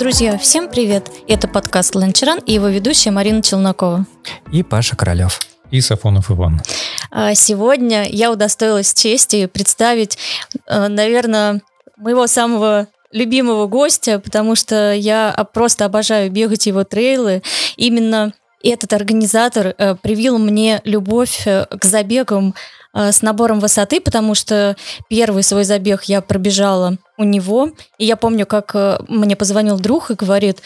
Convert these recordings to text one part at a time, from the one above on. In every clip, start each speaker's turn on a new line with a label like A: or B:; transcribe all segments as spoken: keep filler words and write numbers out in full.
A: Друзья, всем привет! Это подкаст «Ланчеран» и его ведущая Марина Челнокова.
B: И Паша Королев.
C: И Сафонов Иван.
A: Сегодня я удостоилась чести представить, наверное, моего самого любимого гостя, потому что я просто обожаю бегать его трейлы. Именно этот организатор привил мне любовь к забегам с набором высоты, потому что первый свой забег я пробежала у него. И я помню, как мне позвонил друг и говорит: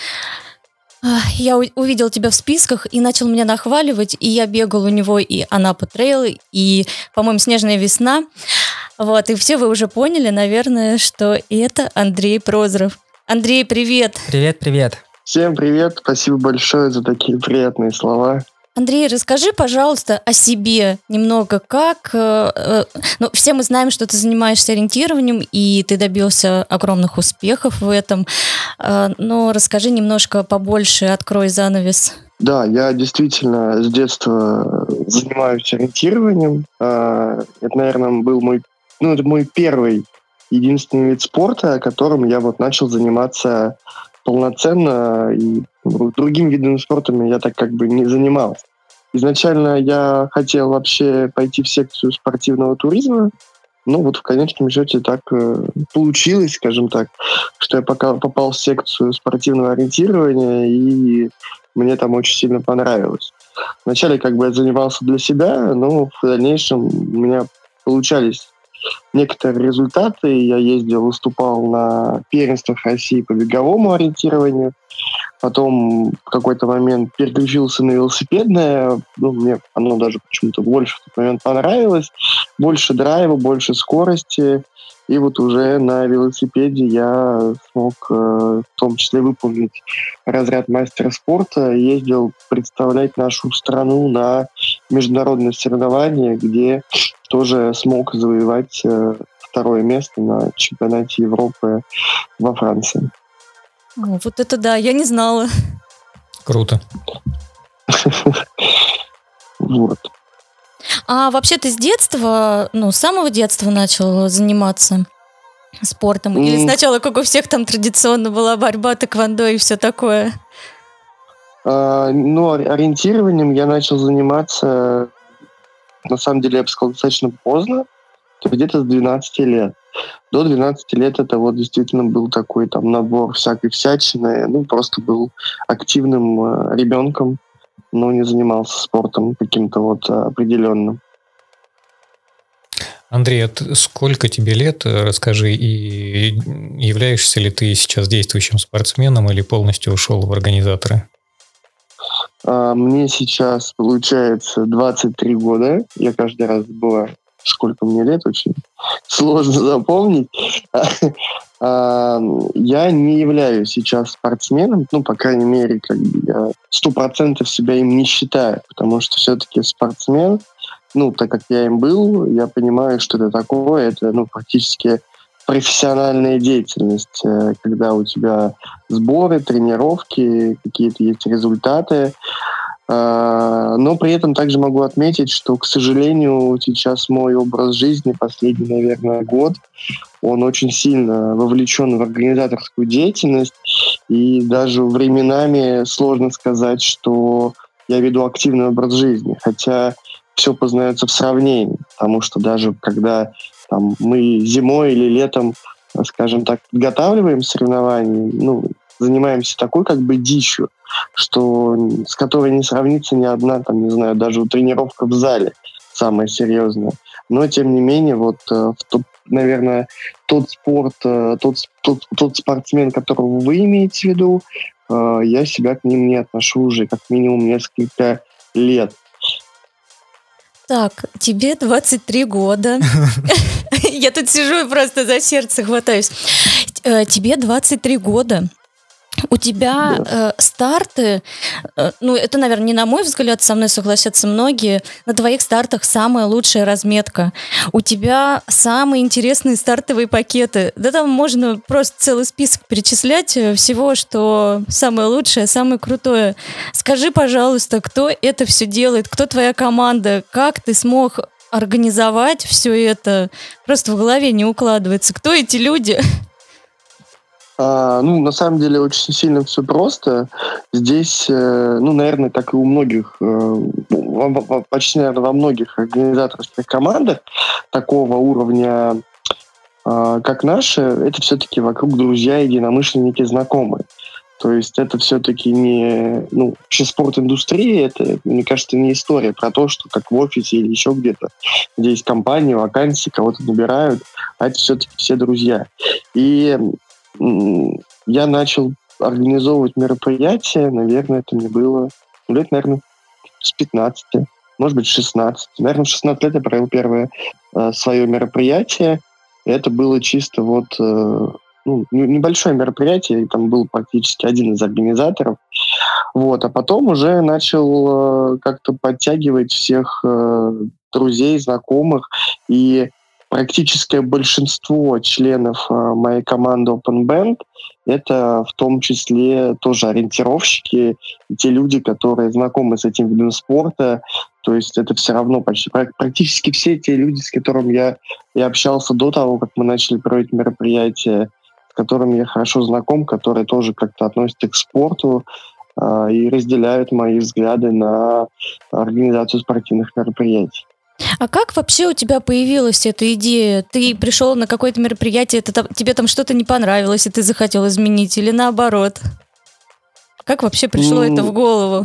A: я увидел тебя в списках, и начал меня нахваливать, и я бегал у него и Анапа трейл, и, по-моему, Снежная весна. Вот, и все вы уже поняли, наверное, что это Андрей Прозоров. Андрей, привет!
B: Привет, привет!
D: Всем привет, спасибо большое за такие приятные слова.
A: Андрей, расскажи, пожалуйста, о себе немного, как... Э, ну, все мы знаем, что ты занимаешься ориентированием, и ты добился огромных успехов в этом, э, но расскажи немножко побольше, открой занавес.
D: Да, я действительно с детства занимаюсь ориентированием. Э, это, наверное, был мой, ну, это мой первый, единственный вид спорта, которым я вот начал заниматься полноценно, и другим видом спорта я так как бы не занимался. Изначально я хотел вообще пойти в секцию спортивного туризма, но вот в конечном счете так э, получилось, скажем так, что я пока попал в секцию спортивного ориентирования, и мне там очень сильно понравилось. Вначале как бы я занимался для себя, но в дальнейшем у меня получались некоторые результаты. Я ездил, выступал на первенствах России по беговому ориентированию. Потом в какой-то момент переключился на велосипедное. Ну, мне оно даже почему-то больше в тот момент понравилось. Больше драйва, больше скорости. И вот уже на велосипеде я смог э, в том числе выполнить разряд мастера спорта. Ездил представлять нашу страну на международные соревнования, где тоже смог завоевать э, второе место на чемпионате Европы во Франции.
A: О, вот это да, я не знала.
C: Круто.
D: Вот.
A: А вообще ты с детства, ну, с самого детства начал заниматься спортом? Или сначала, как у всех, там традиционно была борьба, тэквондо и все такое?
D: А, ну, ориентированием я начал заниматься, на самом деле, я бы сказал, достаточно поздно, то где-то с двенадцати лет. До двенадцати лет это вот действительно был такой там набор всякой всячины. Ну, просто был активным э, ребенком, но не занимался спортом каким-то вот определенным.
C: Андрей, а сколько тебе лет, расскажи, и являешься ли ты сейчас действующим спортсменом или полностью ушел в организаторы?
D: А, мне сейчас получается двадцать три года. Я каждый раз забываю, сколько мне лет, очень сложно запомнить. Я не являюсь сейчас спортсменом, ну, по крайней мере, как бы я сто процентов себя им не считаю, потому что все-таки спортсмен, ну, так как я им был, я понимаю, что это такое, это, ну, практически профессиональная деятельность, когда у тебя сборы, тренировки, какие-то есть результаты. Но при этом также могу отметить, что, к сожалению, сейчас мой образ жизни последний, наверное, год, он очень сильно вовлечен в организаторскую деятельность, и даже временами сложно сказать, что я веду активный образ жизни, хотя все познается в сравнении, потому что даже когда там, мы зимой или летом, скажем так, подготавливаем соревнования, ну, занимаемся такой как бы дичью, что с которой не сравнится ни одна, там, не знаю, даже тренировка в зале самая серьезная. Но, тем не менее, вот, в тот, наверное, тот спорт, тот, тот, тот спортсмен, которого вы имеете в виду, я себя к ним не отношу уже как минимум несколько лет.
A: Так, тебе двадцать три года. Я тут сижу и просто за сердце хватаюсь. Тебе двадцать три года. У тебя да. э, старты, э, ну, это, наверное, не на мой взгляд, со мной согласятся многие, на твоих стартах самая лучшая разметка. У тебя самые интересные стартовые пакеты. Да там можно просто целый список перечислять всего, что самое лучшее, самое крутое. Скажи, пожалуйста, кто это все делает, кто твоя команда, как ты смог организовать все это? Просто в голове не укладывается. Кто эти люди?
D: А, ну, на самом деле, очень сильно все просто. Здесь, э, ну, наверное, как и у многих, э, во- во- почти, наверное, во многих организаторских командах такого уровня, э, как наши, это все-таки вокруг друзья, единомышленники, знакомые. То есть это все-таки не, ну, вообще спорт-индустрия, это, мне кажется, не история про то, что как в офисе или еще где-то, где есть компания, вакансии, кого-то набирают, а это все-таки все друзья. И м, я начал организовывать мероприятия, наверное, это мне было ну, лет, наверное, с пятнадцати, может быть, шестнадцати. Наверное, в шестнадцать лет я провел первое э, свое мероприятие. И это было чисто вот э, ну, не- небольшое мероприятие, и там был практически один из организаторов. Вот, а потом уже начал э, как-то подтягивать всех э, друзей, знакомых, и практическое большинство членов э, моей команды Open Band это в том числе тоже ориентировщики, и те люди, которые знакомы с этим видом спорта. То есть это все равно почти пра- практически все те люди, с которыми я, я общался до того, как мы начали проводить мероприятия, с которыми я хорошо знаком, которые тоже как-то относятся к спорту, а, и разделяют мои взгляды на организацию спортивных мероприятий.
A: А как вообще у тебя появилась эта идея? Ты пришел на какое-то мероприятие, это там- тебе там что-то не понравилось, и ты захотел изменить, или наоборот? Как вообще пришло это в
D: М,
A: голову?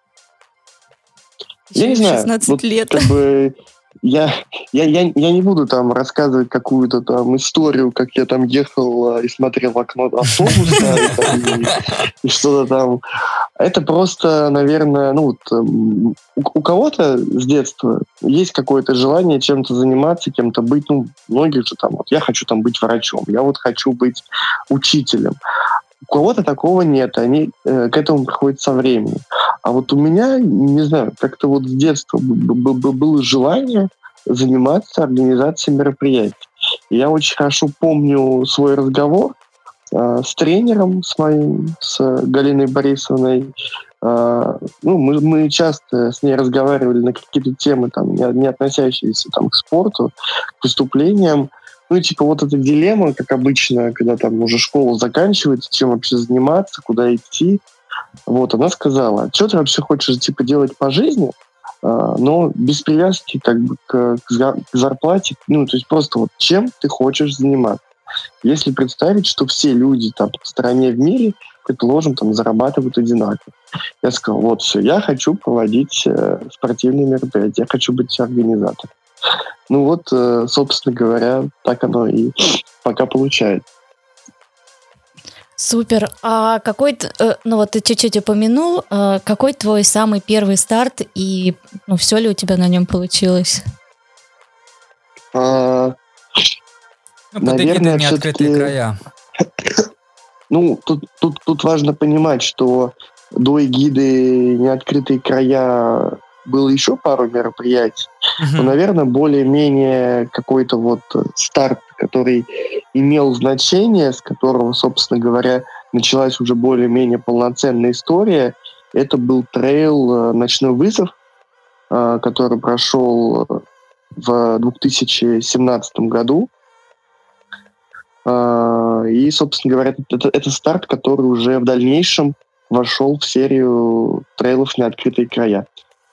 D: Я
A: Еще
D: не
A: и в
D: знаю,
A: шестнадцать
D: вот
A: лет.
D: как бы я, я, я, я не буду там рассказывать какую-то там историю, как я там ехал а, и смотрел в окно автобуса и, там, и- и что-то там. Это просто, наверное, ну вот эм, у, у кого-то с детства есть какое-то желание чем-то заниматься, кем-то быть. Ну, многих же там, вот я хочу там быть врачом, я вот хочу быть учителем. У кого-то такого нет, они э, к этому приходят со временем. А вот у меня, не знаю, как-то вот с детства б- б- б- было желание заниматься организацией мероприятий. И я очень хорошо помню свой разговор э, с тренером, с моим, с Галиной Борисовной. Э, ну, мы, мы часто с ней разговаривали на какие-то темы, там, не, не относящиеся там, к спорту, к выступлениям. Ну и типа вот эта дилемма, как обычно, когда там уже школа заканчивается, чем вообще заниматься, куда идти. Вот, она сказала, что ты вообще хочешь типа делать по жизни, а, но без привязки как бы к, к за- к зарплате, ну то есть просто вот чем ты хочешь заниматься. Если представить, что все люди там в стране, в мире, предположим, там зарабатывают одинаково. Я сказал, вот все, я хочу проводить э, спортивные мероприятия, я хочу быть организатором. Ну вот, э, собственно говоря, так оно и пока получается.
A: Супер. А какой, т- э, ну вот ты чуть-чуть упомянул, э, какой твой самый первый старт и ну, все ли у тебя на нем получилось?
D: А,
B: Ну, под эгидой
D: наверное,
B: «Неоткрытые
D: все-таки,
B: края».
D: ну, тут, тут, тут важно понимать, что до эгиды «Неоткрытые края» было еще пару мероприятий. Но,
B: Мгм.
D: наверное, более-менее какой-то вот э, старт, который имел значение, с которого, собственно говоря, началась уже более-менее полноценная история, это был трейл э, «Ночной вызов», э, который прошел э, в две тысячи семнадцатом году. А, И, собственно говоря, это, это старт, который уже в дальнейшем вошел в серию трейлов «Неоткрытые края».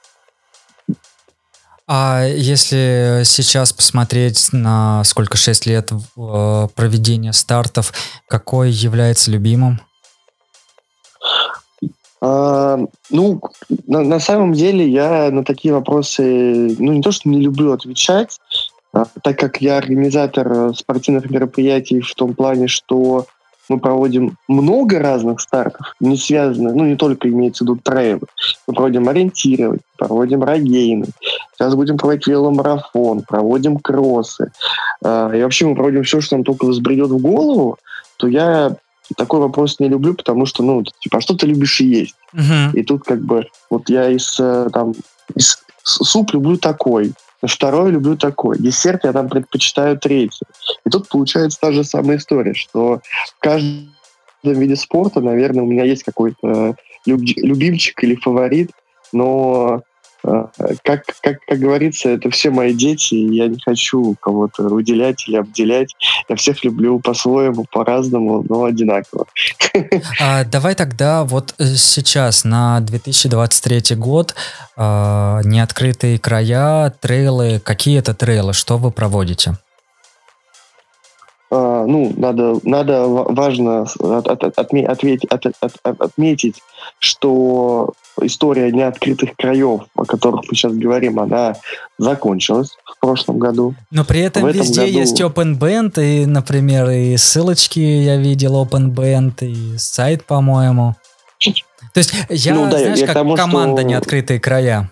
B: А если сейчас посмотреть на сколько, шесть лет э, проведения стартов, какой является любимым?
D: А, ну, на, на самом деле я на такие вопросы, ну, не то, что не люблю отвечать, а, так как я организатор э, спортивных мероприятий в том плане, что мы проводим много разных стартов, не связанных, ну, не только имеется в виду трейлы. Мы проводим ориентирование, проводим рогейны, сейчас будем проводить веломарафон, проводим кроссы. А, и вообще мы проводим все, что нам только взбредет в голову, то я такой вопрос не люблю, потому что, ну, типа, а что ты любишь есть?
B: Мгм.
D: И тут как бы вот я из э, там из, с- суп люблю такой, второй люблю такой, десерт я там предпочитаю третий. И тут получается та же самая история, что в каждом виде спорта, наверное, у меня есть какой-то люб- любимчик или фаворит, но как, как, как говорится, это все мои дети, и я не хочу кого-то выделять или обделять. Я всех люблю по-своему, по-разному, но одинаково.
B: А, давай тогда вот сейчас на две тысячи двадцать третий год а, неоткрытые края, трейлы. Какие это трейлы? Что вы проводите?
D: А, ну, надо, надо важно от, от, от, отме, ответь, от, от, от, отметить, что история неоткрытых краев, о которых мы сейчас говорим, она закончилась в прошлом году.
B: Но при этом, этом везде году... есть Open Band, и, например, и ссылочки я видел Open Band, и сайт, по-моему. То есть я, ну, да, знаешь, я как тому, команда что... неоткрытые края.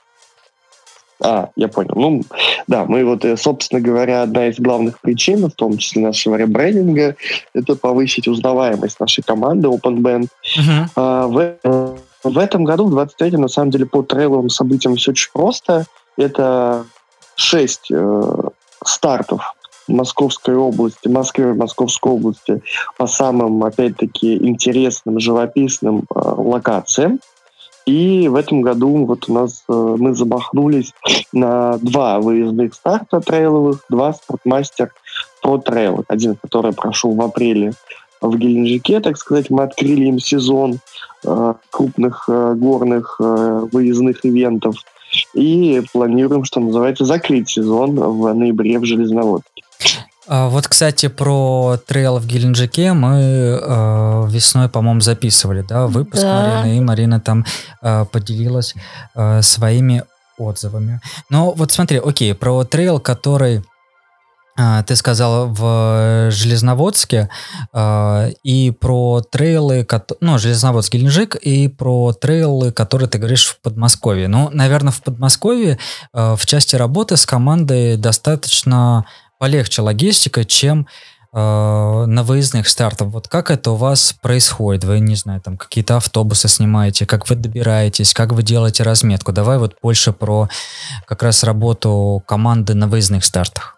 D: А, я понял. Ну, да, мы вот, собственно говоря, одна из главных причин, в том числе нашего ребрендинга, это повысить узнаваемость нашей команды Open Band. Uh-huh. А, в, в этом году, в двадцать третьем, на самом деле, по трейловым событиям все очень просто. Это шесть э, стартов в Московской области, Москве, Московской области по самым, опять-таки, интересным, живописным э, локациям. И в этом году вот у нас э, мы замахнулись на два выездных старта трейловых, два спортмастер про трейлы. Один, который прошел в апреле в Геленджике, так сказать, мы открыли им сезон э, крупных э, горных э, выездных ивентов. И планируем, что называется, закрыть сезон в ноябре в Железноводске.
B: Вот, кстати, про трейл в Геленджике мы э, весной, по-моему, записывали, да, выпуск, да. Марина, и Марина там э, поделилась э, своими отзывами. Но вот смотри, окей, про трейл, который э, ты сказал в Железноводске, э, и про трейлы, ну, Железноводск, Геленджик, и про трейлы, которые ты говоришь в Подмосковье. Ну, наверное, в Подмосковье э, в части работы с командой достаточно полегче логистика, чем э, на выездных стартах. Вот как это у вас происходит? Вы, не знаю, там какие-то автобусы снимаете, как вы добираетесь, как вы делаете разметку? Давай вот больше про как раз работу команды на выездных стартах.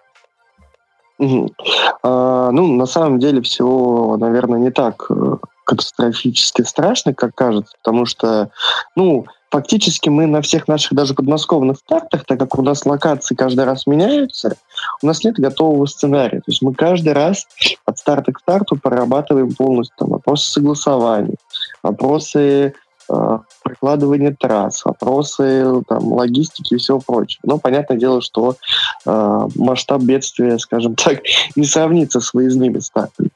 D: Угу. А, ну, на самом деле все, наверное, не так катастрофически страшно, как кажется, потому что, ну, фактически мы на всех наших даже подмосковных стартах, так как у нас локации каждый раз меняются, у нас нет готового сценария. То есть мы каждый раз от старта к старту прорабатываем полностью там, вопросы согласования, вопросы э, прокладывания трасс, вопросы там, логистики и всего прочего. Но понятное дело, что э, масштаб бедствия, скажем так, не сравнится с выездными стартами.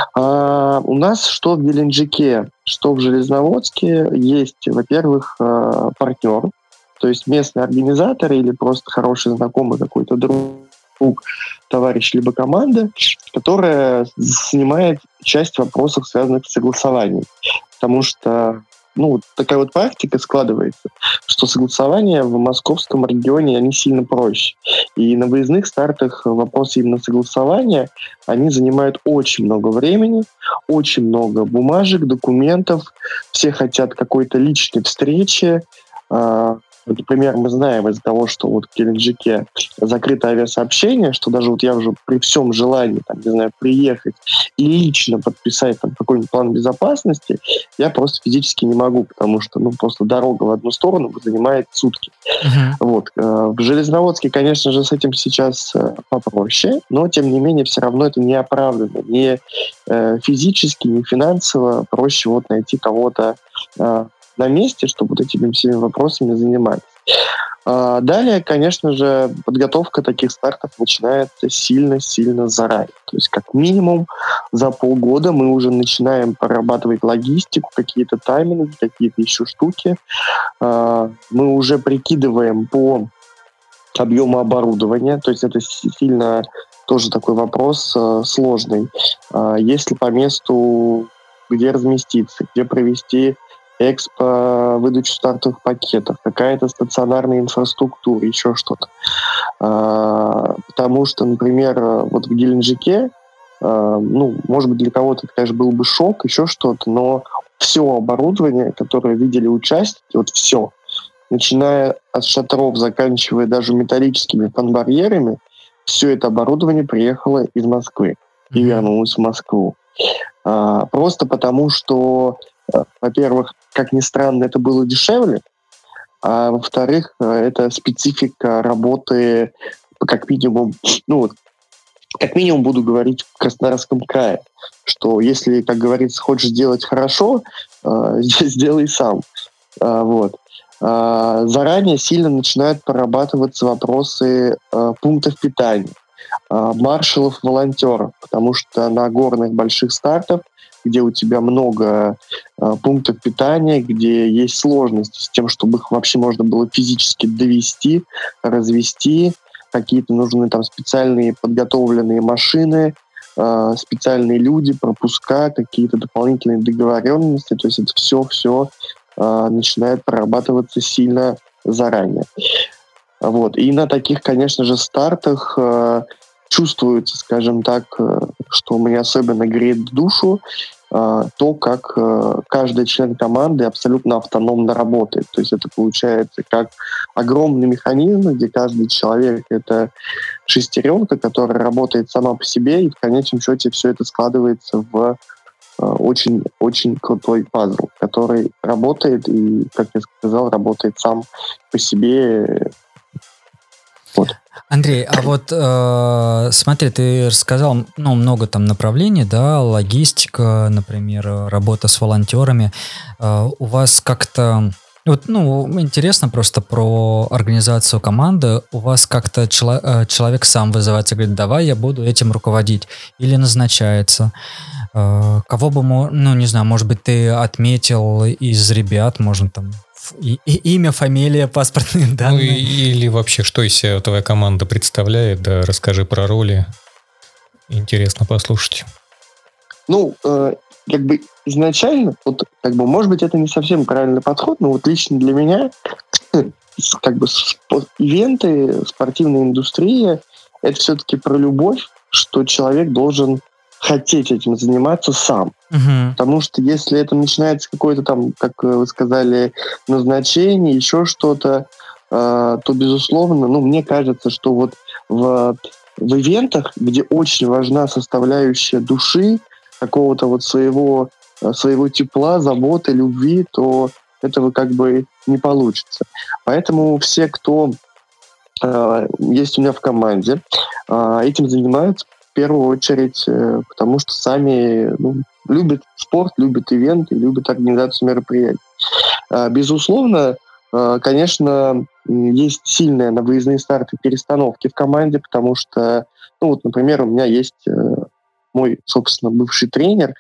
D: А у нас что в Геленджике, что в Железноводске есть, во-первых, э, партнер, то есть местные организаторы или просто хороший знакомый какой-то друг, товарищ либо команда, которая снимает часть вопросов, связанных с согласованием. Потому что ну, такая вот практика складывается, что согласования в московском регионе, они сильно проще. И на выездных стартах вопросы именно согласования, они занимают очень много времени, очень много бумажек, документов. Все хотят какой-то личной встречи. Например, мы знаем из-за того, что вот в Геленджике закрыто авиасообщение, что даже вот я уже при всем желании, там, не знаю, приехать и лично подписать там какой-нибудь план безопасности, я просто физически не могу, потому что, ну, просто дорога в одну сторону занимает сутки. Uh-huh. Вот. В Железноводске, конечно же, с этим сейчас попроще, но, тем не менее, все равно это не оправдано. Ни физически, ни финансово проще вот найти кого-то на месте, чтобы вот этими всеми вопросами заниматься. А далее, конечно же, подготовка таких стартов начинается сильно-сильно заранее. То есть как минимум за полгода мы уже начинаем прорабатывать логистику, какие-то тайминги, какие-то еще штуки. А мы уже прикидываем по объему оборудования, то есть это сильно тоже такой вопрос а, сложный. А если по месту, где разместиться, где провести экспо, выдачу стартовых пакетов, какая-то стационарная инфраструктура, еще что-то. А, потому что, например, вот в Геленджике, а, ну, может быть, для кого-то это, конечно, был бы шок, еще что-то, но все оборудование, которое видели участники, вот все, начиная от шатров, заканчивая даже металлическими фан-барьерами, все это оборудование приехало из Москвы и вернулось в Москву. А, просто потому, что во-первых, как ни странно, это было дешевле, а во-вторых, это специфика работы, как минимум, ну вот, как минимум буду говорить в Краснодарском крае, что если, как говорится, хочешь сделать хорошо, сделай сам. Вот. Заранее сильно начинают прорабатываться вопросы пунктов питания, маршалов, волонтеров, потому что на горных больших стартах, где у тебя много э, пунктов питания, где есть сложности с тем, чтобы их вообще можно было физически довести, развести, какие-то нужны там специальные подготовленные машины, э, специальные люди, пропуска, какие-то дополнительные договоренности, то есть это все-все э, начинает прорабатываться сильно заранее. Вот. И на таких, конечно же, стартах э, чувствуется, скажем так, э, что мне особенно греет душу, э, то, как э, каждый член команды абсолютно автономно работает. То есть это получается как огромный механизм, где каждый человек — это шестеренка, которая работает сама по себе, и в конечном счете все это складывается в очень-очень крутой пазл, который работает и, как я сказал, работает сам по себе. Вот.
B: Андрей, а вот э, смотри, ты рассказал, ну, много там направлений, да, логистика, например, работа с волонтерами. Э, у вас как-то, вот, ну, интересно просто про организацию команды. У вас как-то чело, э, человек сам вызывается и говорит, давай я буду этим руководить, или назначается? Э, кого бы, ну, не знаю, может быть, ты отметил из ребят, можно там И, и имя, фамилия, паспортные данные.
C: Ну и, или вообще, что из себя твоя команда представляет, да, расскажи про роли. Интересно послушать.
D: Ну, э, как бы изначально, вот, как бы, может быть, это не совсем правильный подход, но вот лично для меня, как бы, ивенты, спортивная индустрия, это все-таки про любовь, что человек должен хотеть этим заниматься сам. Uh-huh. Потому что если это начинается какое-то там, как вы сказали, назначение, еще что-то, э, то, безусловно, ну, мне кажется, что вот в, в ивентах, где очень важна составляющая души, какого-то вот своего, своего тепла, заботы, любви, то этого как бы не получится. Поэтому все, кто э, есть у меня в команде, э, этим занимаются в первую очередь, потому что сами, ну, любят спорт, любят ивенты, любят организацию мероприятий. Безусловно, конечно, есть сильные на выездные старты перестановки в команде, потому что, ну вот, например, у меня есть мой, собственно, бывший тренер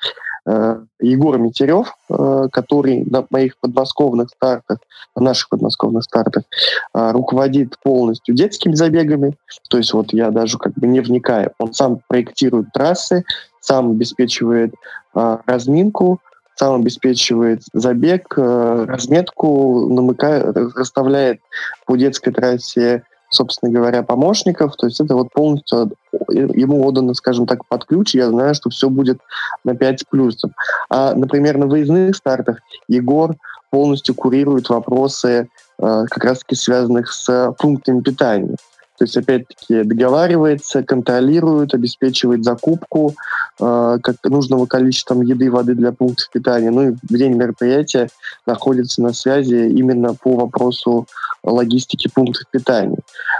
D: Егор Митерев, который на моих подмосковных стартах, на наших подмосковных стартах руководит полностью детскими забегами. То есть вот я даже как бы не вникаю. Он сам проектирует трассы, сам обеспечивает разминку, сам обеспечивает забег, разметку, намыкает, расставляет по детской трассе, собственно говоря, помощников. То есть это вот полностью ему отдано, скажем так, под ключ. Я знаю, что все будет на пять с плюсом. А, например, на выездных стартах Егор полностью курирует вопросы, э, как раз-таки связанных с пунктами питания. То есть, опять-таки, договаривается, контролирует, обеспечивает закупку э, как нужного количества еды, воды для пунктов питания. Ну и в день мероприятия находится на связи именно по вопросу логистики пунктов питания.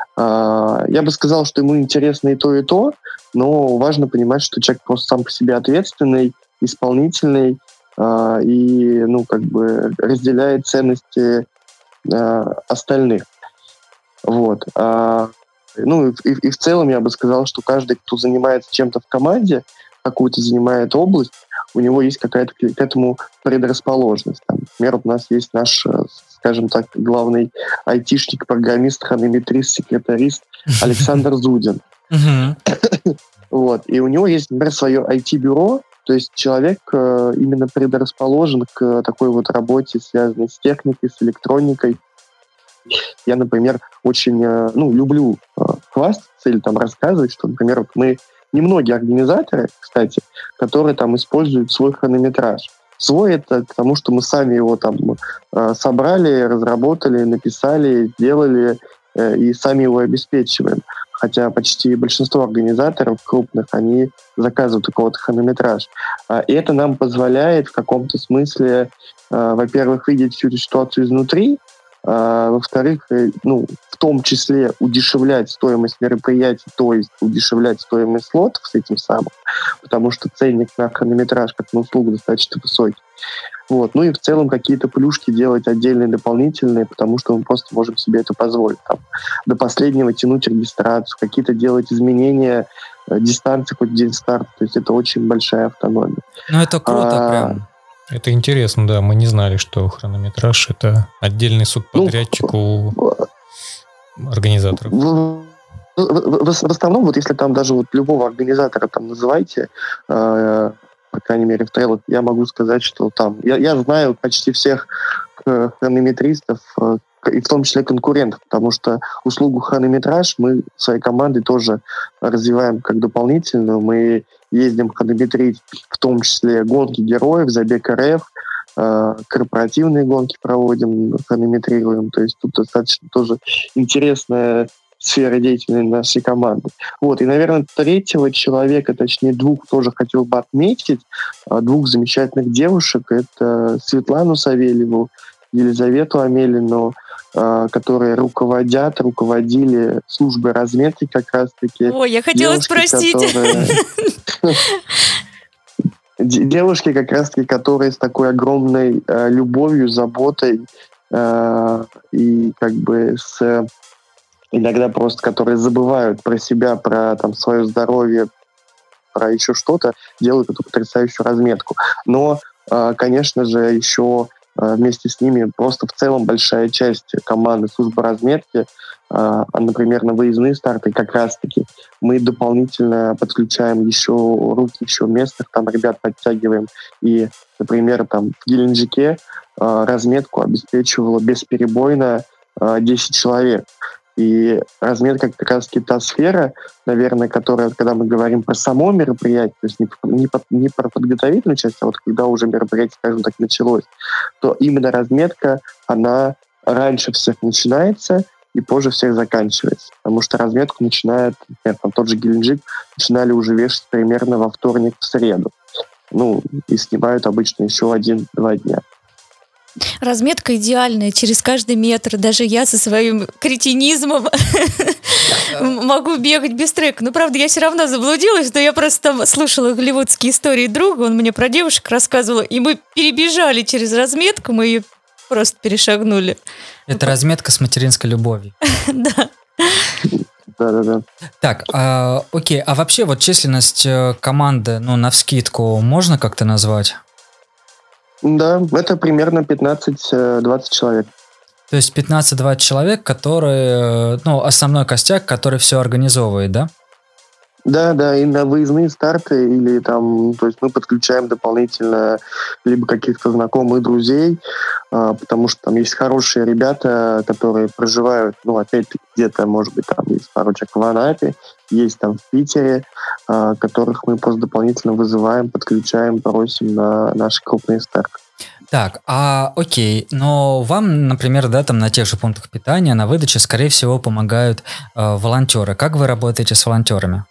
D: Э, я бы сказал, что ему интересно и то, и то, но важно понимать, что человек просто сам по себе ответственный, исполнительный э, и, ну, как бы разделяет ценности э, остальных. Вот. Ну и, и в целом я бы сказал, что каждый, кто занимается чем-то в команде, какую-то занимает область, у него есть какая-то к этому предрасположенность. Там, например, у нас есть наш, скажем так, главный айтишник, программист, хронометрист, секретарист Александр Зудин. Вот. И у него есть, например, свое ай ти-бюро, то есть человек именно предрасположен к такой вот работе, связанной с техникой, с электроникой. Я, например, очень, ну, люблю хвастаться или там рассказывать, что, например, вот мы немногие организаторы, кстати, которые там используют свой хронометраж. Свой — это к тому, что мы сами его там собрали, разработали, написали, сделали и сами его обеспечиваем. Хотя почти большинство организаторов крупных, они заказывают такой вот хронометраж. И это нам позволяет в каком-то смысле, во-первых, видеть всю эту ситуацию изнутри, А, во-вторых, ну, в том числе удешевлять стоимость мероприятий, то есть удешевлять стоимость слотов с этим самым, потому что ценник на хронометраж как на услугу достаточно высокий. Вот. Ну и в целом какие-то плюшки делать отдельные, дополнительные, потому что мы просто можем себе это позволить. Там, до последнего тянуть регистрацию, какие-то делать изменения дистанции хоть день старта. То есть это очень большая автономия.
B: Ну это круто
D: а,
B: прям.
C: Это интересно, да. Мы не знали, что хронометраж — это отдельный субподрядчик ну, у организаторов.
D: В, в, в, в основном, вот если там даже вот любого организатора там называйте, э, по крайней мере, в трейлах, я могу сказать, что там... Я, я знаю почти всех хронометристов, э, и в том числе конкурентов, потому что услугу хронометраж мы своей командой тоже развиваем как дополнительную. Мы ездим хронометрить в том числе гонки героев, забег РФ, э, корпоративные гонки проводим, хронометрируем. То есть тут достаточно тоже интересная сфера деятельности нашей команды. Вот. И, наверное, третьего человека, точнее двух, тоже хотел бы отметить. Двух замечательных девушек. Это Светлану Савельеву, Елизавету Амелину, которые руководят, руководили службой разметки как раз-таки.
A: Ой, я хотела девушки, спросить.
D: Которые... Девушки как раз-таки, которые с такой огромной э, любовью, заботой э, и как бы с иногда просто, которые забывают про себя, про там свое здоровье, про еще что-то, делают эту потрясающую разметку. Но, э, конечно же, еще вместе с ними просто в целом большая часть команды службы разметки, а, например, на выездные старты как раз-таки мы дополнительно подключаем еще руки, еще местных, там ребят подтягиваем. И, например, там в Геленджике а, разметку обеспечивало бесперебойно а, десять человек. И разметка как раз-таки та сфера, наверное, которая, когда мы говорим про само мероприятие, то есть не, не, не про подготовительную часть, а вот когда уже мероприятие, скажем так, началось, то именно разметка, она раньше всех начинается и позже всех заканчивается. Потому что разметку начинает, например, там тот же Геленджик, начинали уже вешать примерно во вторник, в среду. Ну, и снимают обычно еще один-два дня.
A: Разметка идеальная, через каждый метр. Даже я со своим кретинизмом могу бегать без трека. Но, правда, я все равно заблудилась, но я просто там слушала голливудские истории друга, он мне про девушек рассказывал, и мы перебежали через разметку, мы ее просто перешагнули.
B: Это разметка с материнской любовью.
A: Да.
D: Да-да-да.
B: Так, а, окей, а вообще вот численность команды, ну, навскидку можно как-то назвать?
D: Да, это примерно пятнадцать-двадцать человек.
B: То есть пятнадцать-двадцать человек, которые, ну, основной костяк, который все организовывает, да?
D: Да, да, и на выездные старты или там, то есть мы подключаем дополнительно либо каких-то знакомых друзей, а, потому что там есть хорошие ребята, которые проживают, ну, опять-таки, где-то, может быть, там есть пару человек в Анапе, есть там в Питере, а, которых мы просто дополнительно вызываем, подключаем, просим на наши крупные старты.
B: Так, а окей, но вам, например, да, там на тех же пунктах питания, на выдаче, скорее всего, помогают э, волонтеры. Как вы работаете с волонтерами?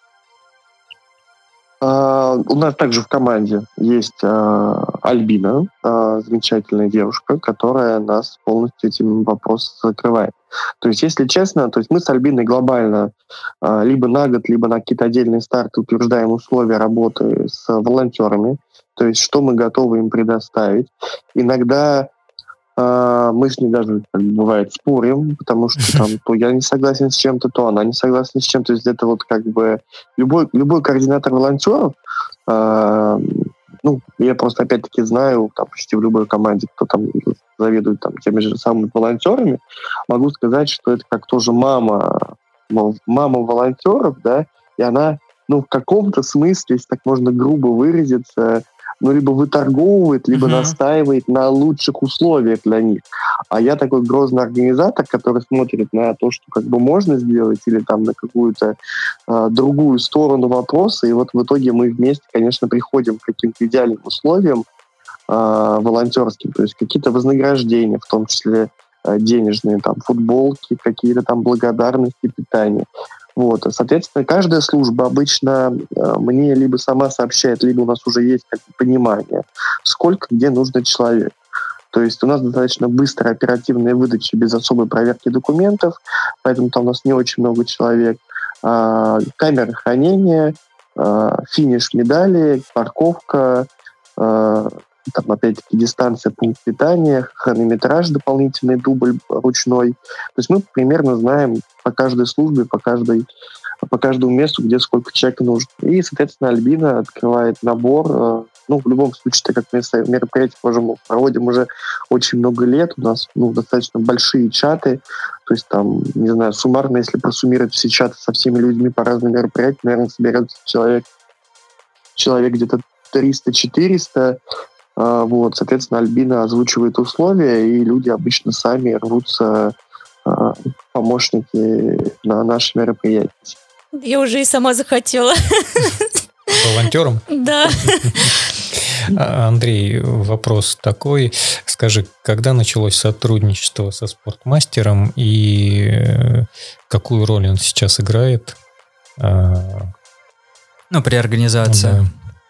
D: Uh, у нас также в команде есть uh, Альбина, uh, замечательная девушка, которая нас полностью этим вопросом закрывает. То есть, если честно, то есть мы с Альбиной глобально uh, либо на год, либо на какие-то отдельные старты утверждаем условия работы с волонтерами, то есть что мы готовы им предоставить. Иногда Uh, мы с ней даже, как бывает, спорим, потому что там то я не согласен с чем-то, то она не согласна с чем-то. То есть это вот как бы любой, любой координатор волонтеров, uh, ну, я просто опять-таки знаю, там почти в любой команде, кто там заведует там теми же самыми волонтерами, могу сказать, что это как тоже мама, мама волонтеров, да, и она, ну, в каком-то смысле, если так можно грубо выразиться, ну, либо выторговывает, либо uh-huh. настаивает на лучших условиях для них. А я такой грозный организатор, который смотрит на то, что как бы можно сделать, или там на какую-то э, другую сторону вопроса, и вот в итоге мы вместе, конечно, приходим к каким-то идеальным условиям э, волонтерским, то есть какие-то вознаграждения, в том числе э, денежные, там, футболки, какие-то там благодарности, питание. Вот. Соответственно, каждая служба обычно э, мне либо сама сообщает, либо у нас уже есть как бы понимание, сколько где нужно человек. То есть у нас достаточно быстрая оперативная выдача без особой проверки документов, поэтому там у нас не очень много человек. А, камеры хранения, а, финиш медали, парковка, а, там опять-таки дистанция, пункт питания, хронометраж, дополнительный дубль ручной. То есть мы примерно знаем по каждой службе, по каждой по каждому месту, где сколько человек нужно. И, соответственно, Альбина открывает набор. Ну, в любом случае, так как мы мероприятие можем, проводим уже очень много лет, у нас ну, достаточно большие чаты, то есть там, не знаю, суммарно, если просуммировать все чаты со всеми людьми по разным мероприятиям, наверное, соберется человек, человек где-то триста-четыреста. Вот, соответственно, Альбина озвучивает условия, и люди обычно сами рвутся помощники на наши мероприятия.
A: Я уже и сама захотела.
C: Волонтером?
A: Да.
C: Андрей, вопрос такой. Скажи, когда началось сотрудничество со спортмастером и какую роль он сейчас играет?
B: Ну, при организации.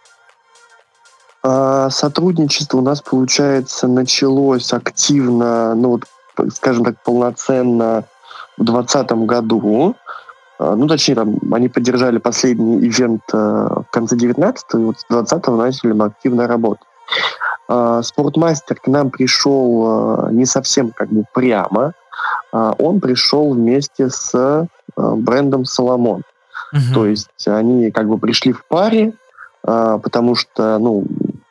D: Да. Сотрудничество у нас, получается, началось активно, ну, вот, скажем так, полноценно в двадцатом году. Ну, точнее, там, они поддержали последний ивент в конце девятнадцатого, и вот с двадцатого начали мы активно работать. Спортмастер к нам пришел не совсем как бы прямо, он пришел вместе с брендом Соломон. Uh-huh. То есть они как бы пришли в паре, потому что, ну,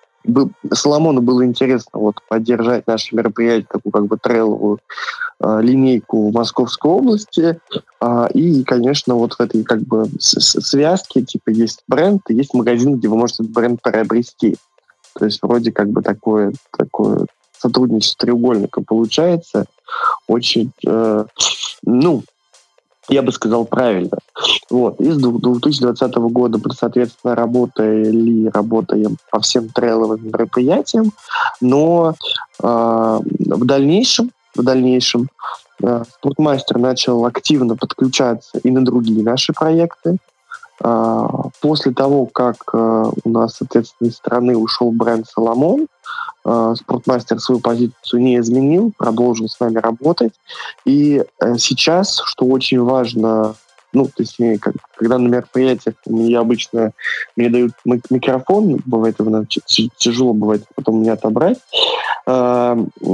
D: Соломону было интересно вот поддержать наше мероприятие, такую как бы трейловую э, линейку в Московской области. Э, и, конечно, вот в этой как бы связке типа есть бренд, и есть магазин, где вы можете этот бренд приобрести. То есть вроде как бы такое, такое сотрудничество треугольника получается. Очень, э, ну, я бы сказал, правильно. Вот. И с две тысячи двадцатого года мы, соответственно, работали, работаем по всем трейловым мероприятиям, но э, в дальнейшем, в дальнейшем э, Спортмастер начал активно подключаться и на другие наши проекты. Э, после того, как э, у нас, соответственно, из страны ушел бренд Соломон, э, Спортмастер свою позицию не изменил, продолжил с нами работать. И э, сейчас, что очень важно, ну, то есть, как, когда на мероприятиях я обычно мне дают микрофон, бывает его тяжело, бывает потом мне отобрать. Э,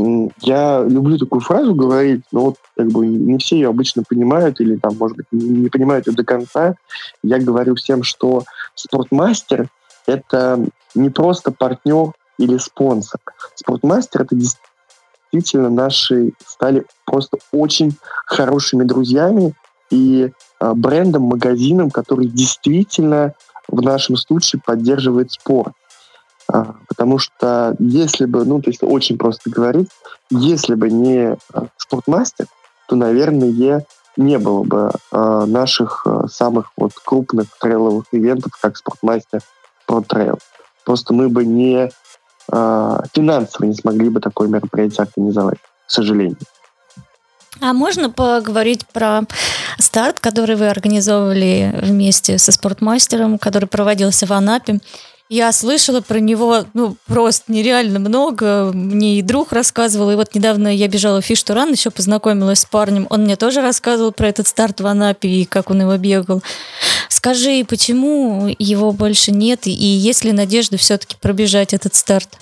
D: я люблю такую фразу говорить, но вот как бы не все ее обычно понимают или там, может быть, не понимают ее до конца. Я говорю всем, что Спортмастер — это не просто партнер или спонсор. Спортмастер — это действительно наши стали просто очень хорошими друзьями и э, брендом, магазином, который действительно в нашем случае поддерживает спорт. А, потому что если бы, ну, то есть очень просто говорить, если бы не а, Спортмастер, то, наверное, не было бы а, наших а, самых вот крупных трейловых ивентов, как Спортмастер Pro Trail. Просто мы бы не а, финансово не смогли бы такое мероприятие организовать, к сожалению.
A: А можно поговорить про старт, который вы организовывали вместе со Спортмастером, который проводился в Анапе? Я слышала про него, ну, просто нереально много. Мне и друг рассказывал. И вот недавно я бежала в Фиш-Туран, еще познакомилась с парнем. Он мне тоже рассказывал про этот старт в Анапе и как он его бегал. Скажи, почему его больше нет? И есть ли надежда все-таки пробежать этот старт?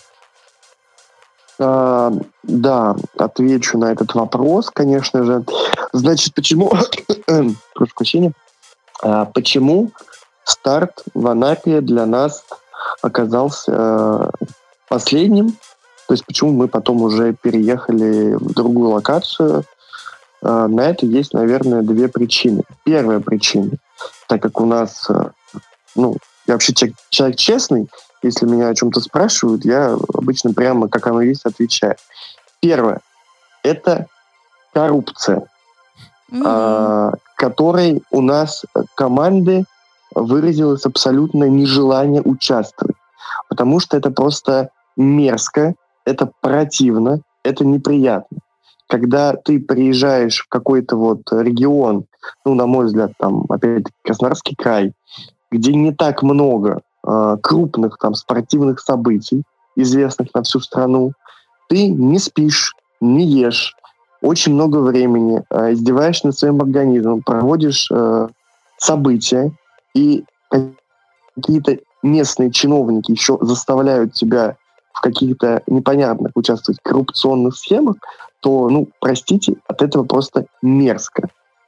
D: А, да, отвечу на этот вопрос, конечно же. Значит, почему... Прошу прощения. А, почему старт в Анапе для нас оказался э, последним? То есть почему мы потом уже переехали в другую локацию? А, на это есть, наверное, две причины. Первая причина, так как у нас... Э, ну, я вообще человек, человек честный, если меня о чем-то спрашивают, я обычно прямо, как оно есть, отвечаю. Первое – это коррупция, mm-hmm. а, которой у нас команды выразилось абсолютное нежелание участвовать. Потому что это просто мерзко, это противно, это неприятно. Когда ты приезжаешь в какой-то вот регион, ну, на мой взгляд, там, опять-таки, Краснодарский край, где не так много крупных там спортивных событий, известных на всю страну, ты не спишь, не ешь, очень много времени, э, издеваешься над своим организмом, проводишь э, события, и какие-то местные чиновники еще заставляют тебя в каких-то непонятных участвовать коррупционных схемах, то, ну, простите, от этого просто мерзко.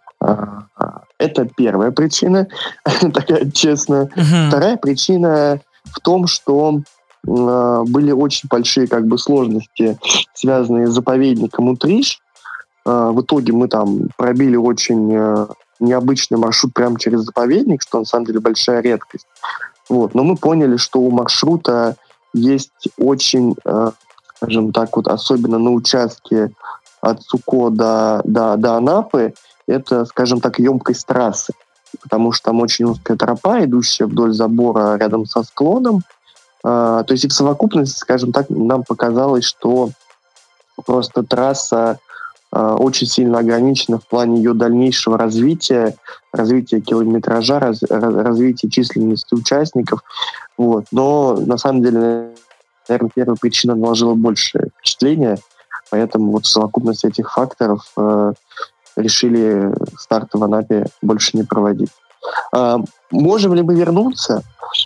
D: Это первая причина, такая честная. Uh-huh. Вторая причина в том, что э, были очень большие как бы сложности, связанные с заповедником Утриш. Э, в итоге мы там пробили очень э, необычный маршрут прямо через заповедник, что на самом деле большая редкость. Вот. Но мы поняли, что у маршрута есть очень, э, скажем так, вот особенно на участке от Суко до, до, до Анапы, это, скажем так, емкость трассы, потому что там очень узкая тропа, идущая вдоль забора рядом со склоном. Э, то есть и в совокупности, скажем так, нам показалось, что просто трасса э, очень сильно ограничена в плане ее дальнейшего развития, развития километража, раз, развития численности участников. Вот. Но на самом деле, наверное, первая причина наложила большее впечатление, поэтому вот в совокупности этих факторов э, решили старты в Анапе больше не проводить. А, можем ли мы вернуться?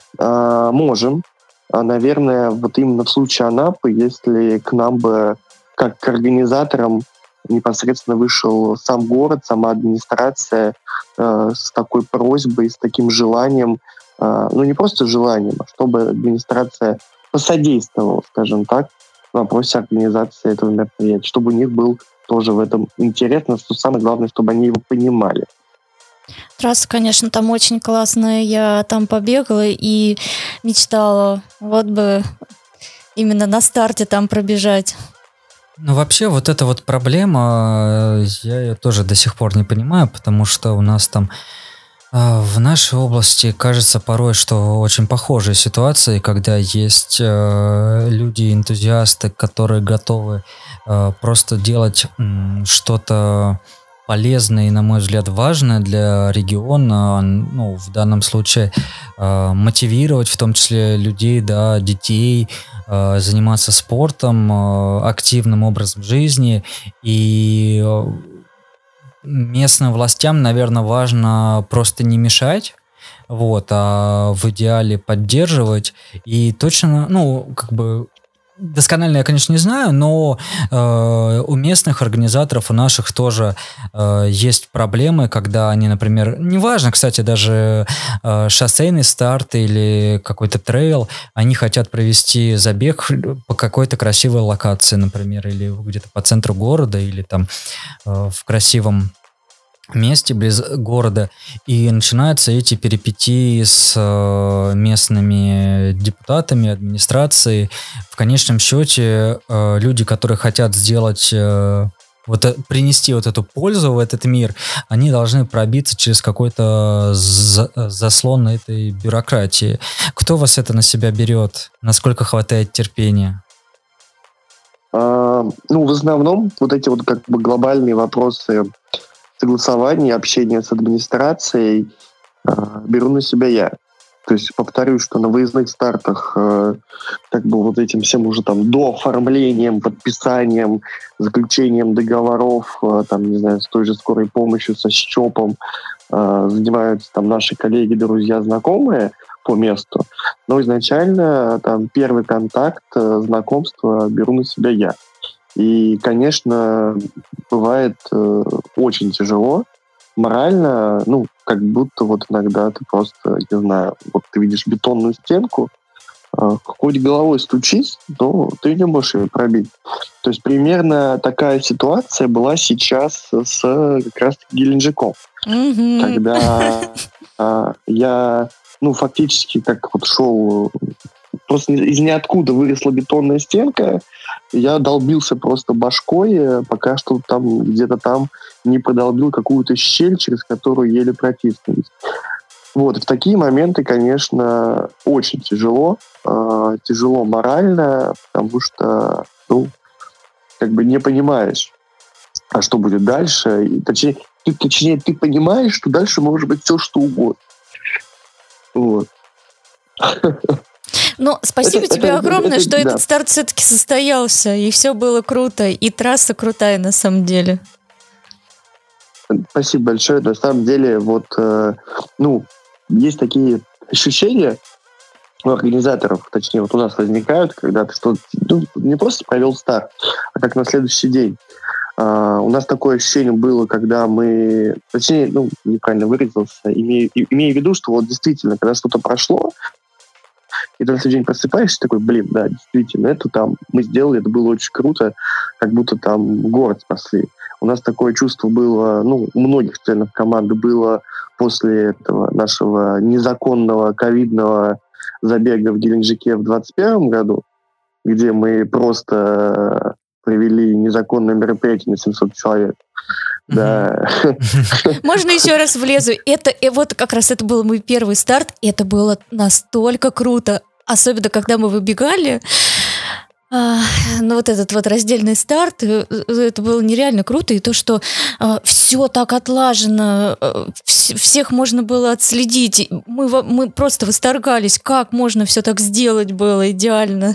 D: А, можем. А, наверное, вот именно в случае Анапы, если к нам бы, как к организаторам, непосредственно вышел сам город, сама администрация э, с такой просьбой, с таким желанием, э, ну не просто желанием, а чтобы администрация посодействовала, скажем так, в вопросе организации этого мероприятия, чтобы у них был тоже в этом интересно, что самое главное, чтобы они его понимали.
A: Трасса, конечно, там очень классная. Я там побегала и мечтала вот бы именно на старте там пробежать.
B: Ну, вообще, вот эта вот проблема, я ее тоже до сих пор не понимаю, потому что у нас там в нашей области кажется порой, что очень похожие ситуации, когда есть э, люди-энтузиасты, которые готовы э, просто делать м, что-то полезное и, на мой взгляд, важное для региона, ну, в данном случае э, мотивировать в том числе людей, да, детей, э, заниматься спортом, э, активным образом жизни. И э, местным властям, наверное, важно просто не мешать, вот, а в идеале поддерживать. И точно, ну, как бы досконально я, конечно, не знаю, но э, у местных организаторов, у наших тоже э, есть проблемы, когда они, например, неважно, кстати, даже э, шоссейный старт или какой-то трейл, они хотят провести забег по какой-то красивой локации, например, или где-то по центру города, или там э, в красивом месте близ города, и начинаются эти перипетии с э, местными депутатами, администрацией. В конечном счете э, люди, которые хотят сделать, э, вот, принести вот эту пользу в этот мир, они должны пробиться через какой-то за, заслон этой бюрократии. Кто вас это на себя берет? Насколько хватает терпения?
D: А, ну, в основном вот эти вот как бы глобальные вопросы согласования, общения с администрацией э, беру на себя я. То есть повторюсь, что на выездных стартах э, как бы вот этим всем уже там до оформлением, подписанием, заключением договоров, э, там, не знаю, с той же скорой помощью, со СЧОПом э, занимаются там наши коллеги, друзья, знакомые по месту. Но изначально там первый контакт, э, знакомство беру на себя я. И, конечно, бывает э, очень тяжело морально, ну, как будто вот иногда ты просто, не знаю, вот ты видишь бетонную стенку, э, хоть головой стучись, но ты не можешь ее пробить. То есть примерно такая ситуация была сейчас с как раз Геленджиком, mm-hmm. когда э, я, ну, фактически как вот шел... Просто из ниоткуда выросла бетонная стенка, я долбился просто башкой, пока что там где-то там не продолбил какую-то щель, через которую еле протиснулись. Вот, в такие моменты, конечно, очень тяжело, э, тяжело морально, потому что, ну, как бы не понимаешь, а что будет дальше. И, точнее, ты, точнее, ты понимаешь, что дальше может быть все, что угодно. Вот.
A: Ну, спасибо
D: Это-
A: тебе
D: это-
A: огромное,
D: это-
A: что
D: да.
A: этот старт все-таки состоялся, и все было круто, и трасса крутая на самом деле.
D: Спасибо большое. На самом деле, вот, э, ну, есть такие ощущения у организаторов, точнее, вот у нас возникают, когда ты что-то, ну, не просто провел старт, а как на следующий день. А, у нас такое ощущение было, когда мы, точнее, ну, неправильно выразился, имея, и- имея в виду, что вот действительно, когда что-то прошло, и ты на следующий день просыпаешься, такой, блин, да, действительно, это там мы сделали, это было очень круто, как будто там город спасли. У нас такое чувство было, ну, у многих членов команды было после этого нашего незаконного ковидного забега в Геленджике в двадцать первом году, где мы просто провели незаконное мероприятие на семьсот человек. Да.
A: Можно еще раз влезу? Это, и вот как раз это был мой первый старт, и это было настолько круто. Особенно, когда мы выбегали, а, ну вот этот вот раздельный старт, э, э, это было нереально круто. И то, что все так отлажено, э, вс- всех можно было отследить. И Мы, во- мы просто восторгались, как можно все так сделать было идеально.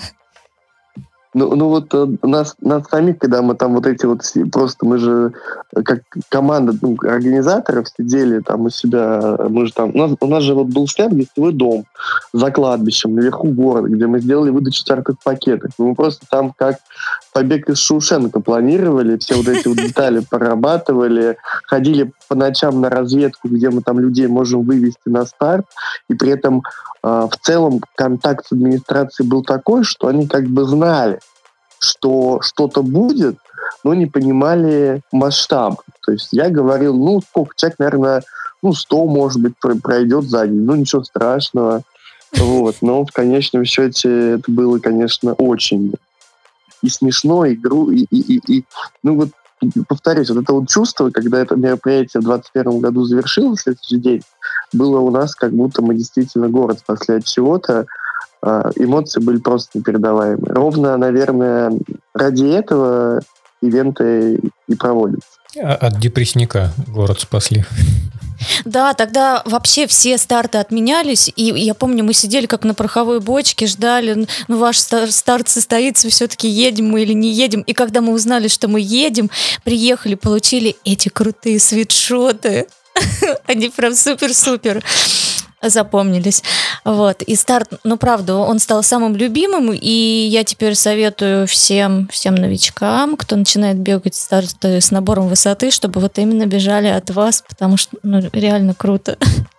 D: Ну, ну вот э, нас, нас самих, когда мы там вот эти вот все- просто мы же э, как команда ну, организаторов сидели там у себя, мы же там, у нас, у нас же вот был снят гостевой дом за кладбищем наверху города, где мы сделали выдачу стартовых пакетов. И мы просто там как побег из Шоушенка планировали, все вот эти вот детали прорабатывали, ходили по ночам на разведку, где мы там людей можем вывести на старт, и при этом э, в целом контакт с администрацией был такой, что они как бы знали, что что-то будет, но не понимали масштаб. То есть я говорил, ну, сколько человек, наверное, ну, сто, может быть, про- пройдет за день. Ну, ничего страшного. Вот. Но в конечном счете это было, конечно, очень и смешно, и гру... И, и, и, и, ну, вот, повторюсь, вот это вот чувство, когда это мероприятие в двадцать первом году завершилось, в следующий день, было у нас, как будто мы действительно город спасли от чего-то. А, эмоции были просто непередаваемые. Ровно, наверное, ради этого ивенты и проводятся.
C: А от депрессника город спасли.
A: Да, тогда вообще все старты отменялись, и я помню, мы сидели как на пороховой бочке, ждали, ну, ваш стар- старт состоится, все-таки едем мы или не едем. И когда мы узнали, что мы едем, приехали, получили эти крутые свитшоты. Они прям супер-супер запомнились. Вот. И старт, ну, правда, он стал самым любимым, и я теперь советую всем, всем новичкам, кто начинает бегать старты с набором высоты, чтобы вот именно бежали от вас, потому что, ну, реально круто.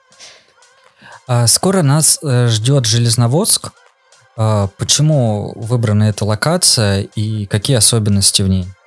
B: А скоро нас э, ждет Железноводск. А почему выбрана эта локация и какие особенности в ней?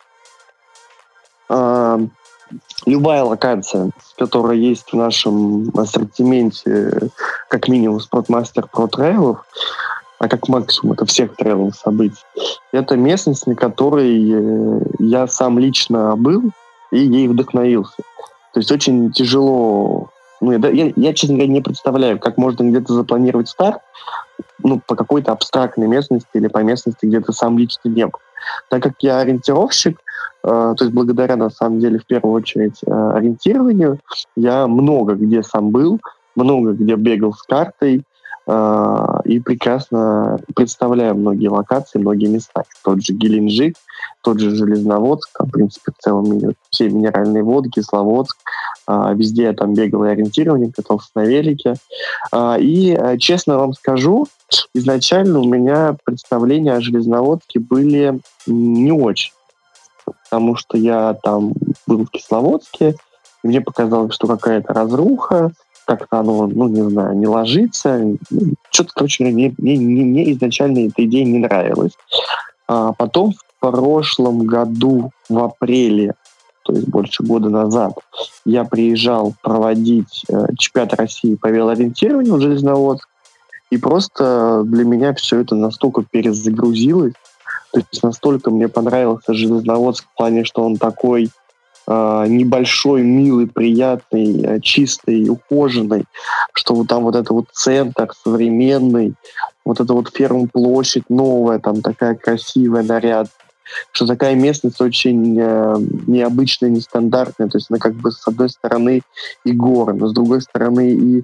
D: А, любая локация, которая есть в нашем ассортименте, как минимум Спортмастер Про трейлов, а как максимум это всех трейловых событий, это местность, на которой э, я сам лично был и ей вдохновился. То есть очень тяжело. Ну, я, я, я, честно говоря, не представляю, как можно где-то запланировать старт, ну, по какой-то абстрактной местности или по местности, где ты сам лично не был. Так как я ориентировщик, э, то есть благодаря, на самом деле, в первую очередь, э, ориентированию, я много где сам был, много где бегал с картой, э, и прекрасно представляю многие локации, многие места. Тот же Геленджик, тот же Железноводск, там, в принципе, в целом мини- все минеральные воды, Кисловодск, э, везде я там бегал и ориентирование, катался на велике. Э, и, э, честно вам скажу, изначально у меня представления о Железноводске были не очень, потому что я там был в Кисловодске, и мне показалось, что какая-то разруха, как-то оно, ну, не знаю, не ложится. Ну, что-то, короче, мне, мне, мне, мне изначально эта идея не нравилась. А потом в прошлом году, в апреле, то есть больше года назад, я приезжал проводить э, чемпионат России по велоориентированию в Железноводск, и просто для меня все это настолько перезагрузилось, то есть настолько мне понравился Железноводск в плане, что он такой э, небольшой, милый, приятный, э, чистый, ухоженный, что вот там вот это вот центр современный, вот эта вот ферм-площадь новая, там такая красивая, нарядная, что такая местность очень э, необычная, нестандартная, то есть она как бы с одной стороны и горы, но с другой стороны и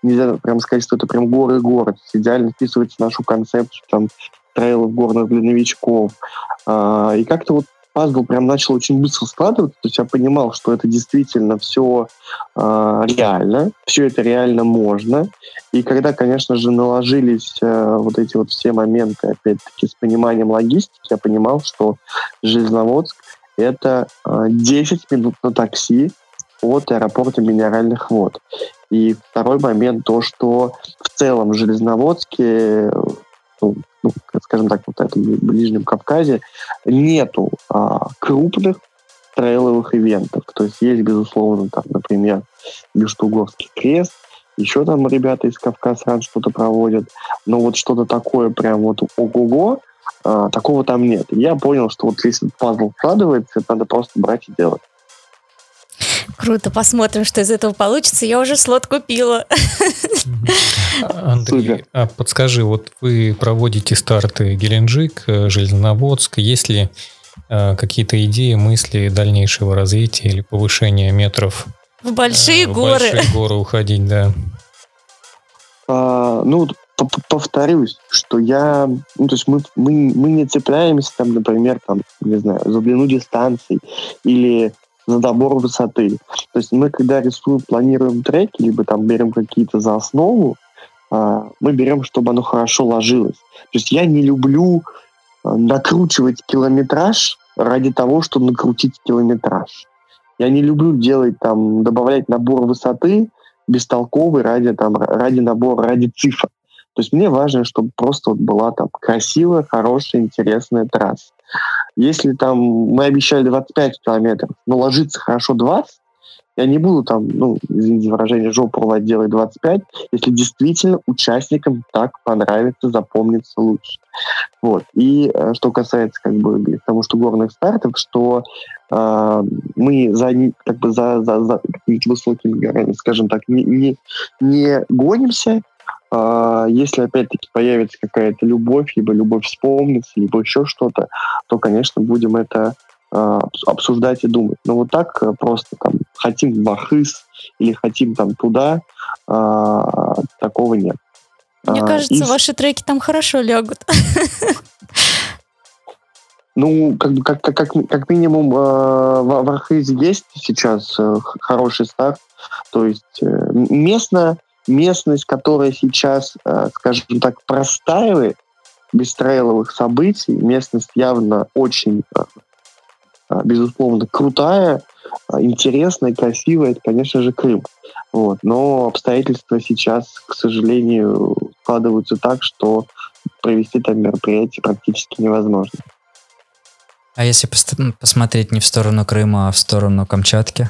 D: нельзя прям сказать, что это прям горы-горы. Идеально вписывается в нашу концепцию там трейлов горных для новичков. А, и как-то вот пазл прям начал очень быстро складываться, то есть я понимал, что это действительно все э, реально, все это реально можно. И когда, конечно же, наложились э, вот эти вот все моменты, опять-таки, с пониманием логистики, я понимал, что Железноводск — это э, десять минут на такси от аэропорта Минеральных вод. И второй момент, то, что в целом в Железноводске, ну, ну, скажем так, вот в этом Ближнем Кавказе нету а, крупных трейловых ивентов. То есть есть, безусловно, там, например, Бештугорский крест, еще там ребята из Кавказран что-то проводят, но вот что-то такое прям вот ого-го, а, такого там нет. И я понял, что вот если пазл складывается, это надо просто брать и делать.
A: Круто, посмотрим, что из этого получится. Я уже слот купила.
C: Андрей, а подскажи, вот вы проводите старты Геленджик, Железноводск. Есть ли э, какие-то идеи, мысли дальнейшего развития или повышения метров?
A: В большие
C: э,
A: горы.
C: В большие горы уходить, да.
D: А, ну, повторюсь, что я... Ну, то есть мы, мы, мы не цепляемся, там, например, там, не знаю, за длину дистанций или за добор высоты. То есть мы, когда рисуем, планируем треки, либо там берем какие-то за основу, мы берем, чтобы оно хорошо ложилось. То есть я не люблю накручивать километраж ради того, чтобы накрутить километраж. Я не люблю делать там, добавлять набор высоты бестолковый ради, там, ради набора, ради цифр. То есть мне важно, чтобы просто вот была там красивая, хорошая, интересная трасса. Если там мы обещали двадцать пять километров, но ложится хорошо двадцать, я не буду там, ну, извините выражение, жопу рвать, делать двадцать пять, если действительно участникам так понравится, запомнится лучше. Вот. И что касается, как бы, потому что горных стартов, что э, мы за, как бы, за, за, за какими-то высокими горами, скажем так, не, не, не гонимся. Uh, если, опять-таки, появится какая-то любовь, либо любовь вспомнится, либо еще что-то, то, конечно, будем это uh, обсуждать и думать. Но вот так uh, просто там хотим в Архыз или хотим там туда, uh, такого нет.
A: Мне uh, кажется, и... ваши треки там хорошо лягут.
D: Ну, как, как, как, как минимум, uh, в, в Архызе есть сейчас uh, хороший старт. То есть uh, местно местность, которая сейчас, скажем так, простаивает без трейловых событий, местность явно очень, безусловно, крутая, интересная, красивая, это, конечно же, Крым. Вот. Но обстоятельства сейчас, к сожалению, складываются так, что провести там мероприятие практически невозможно.
B: А если посмотреть не в сторону Крыма, а в сторону Камчатки?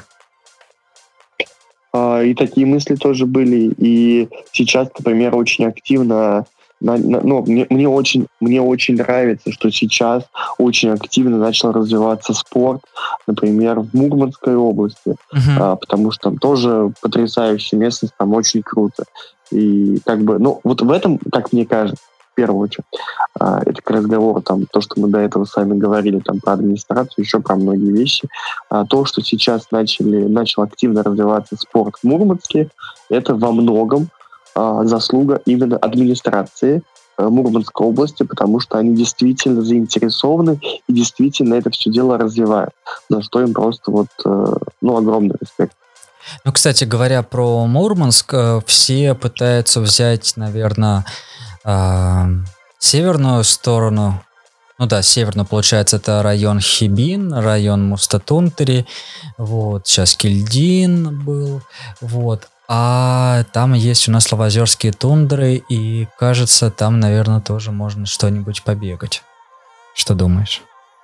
D: И такие мысли тоже были. И сейчас, например, очень активно, ну, мне, мне, очень, мне очень нравится, что сейчас очень активно начал развиваться спорт, например, в Мурманской области, uh-huh. а, потому что там тоже потрясающая местность, там очень круто. И как бы, ну, вот в этом, как мне кажется, в первую очередь, а, это к разговору, там, то, что мы до этого с вами говорили, там, про администрацию, еще про многие вещи, а, то, что сейчас начали, начал активно развиваться спорт в Мурманске, это во многом а, заслуга именно администрации а, Мурманской области, потому что они действительно заинтересованы и действительно это все дело развивают, за что им просто вот, а, ну, огромный респект.
B: Ну, кстати, говоря про Мурманск, все пытаются взять, наверное, северную сторону. Ну да, северно, получается, это район Хибин, район Мустатунтери, вот, сейчас Кильдин был, вот, а там есть у нас Лавозерские тундры, и, кажется, там, наверное, тоже можно что-нибудь побегать. Что думаешь?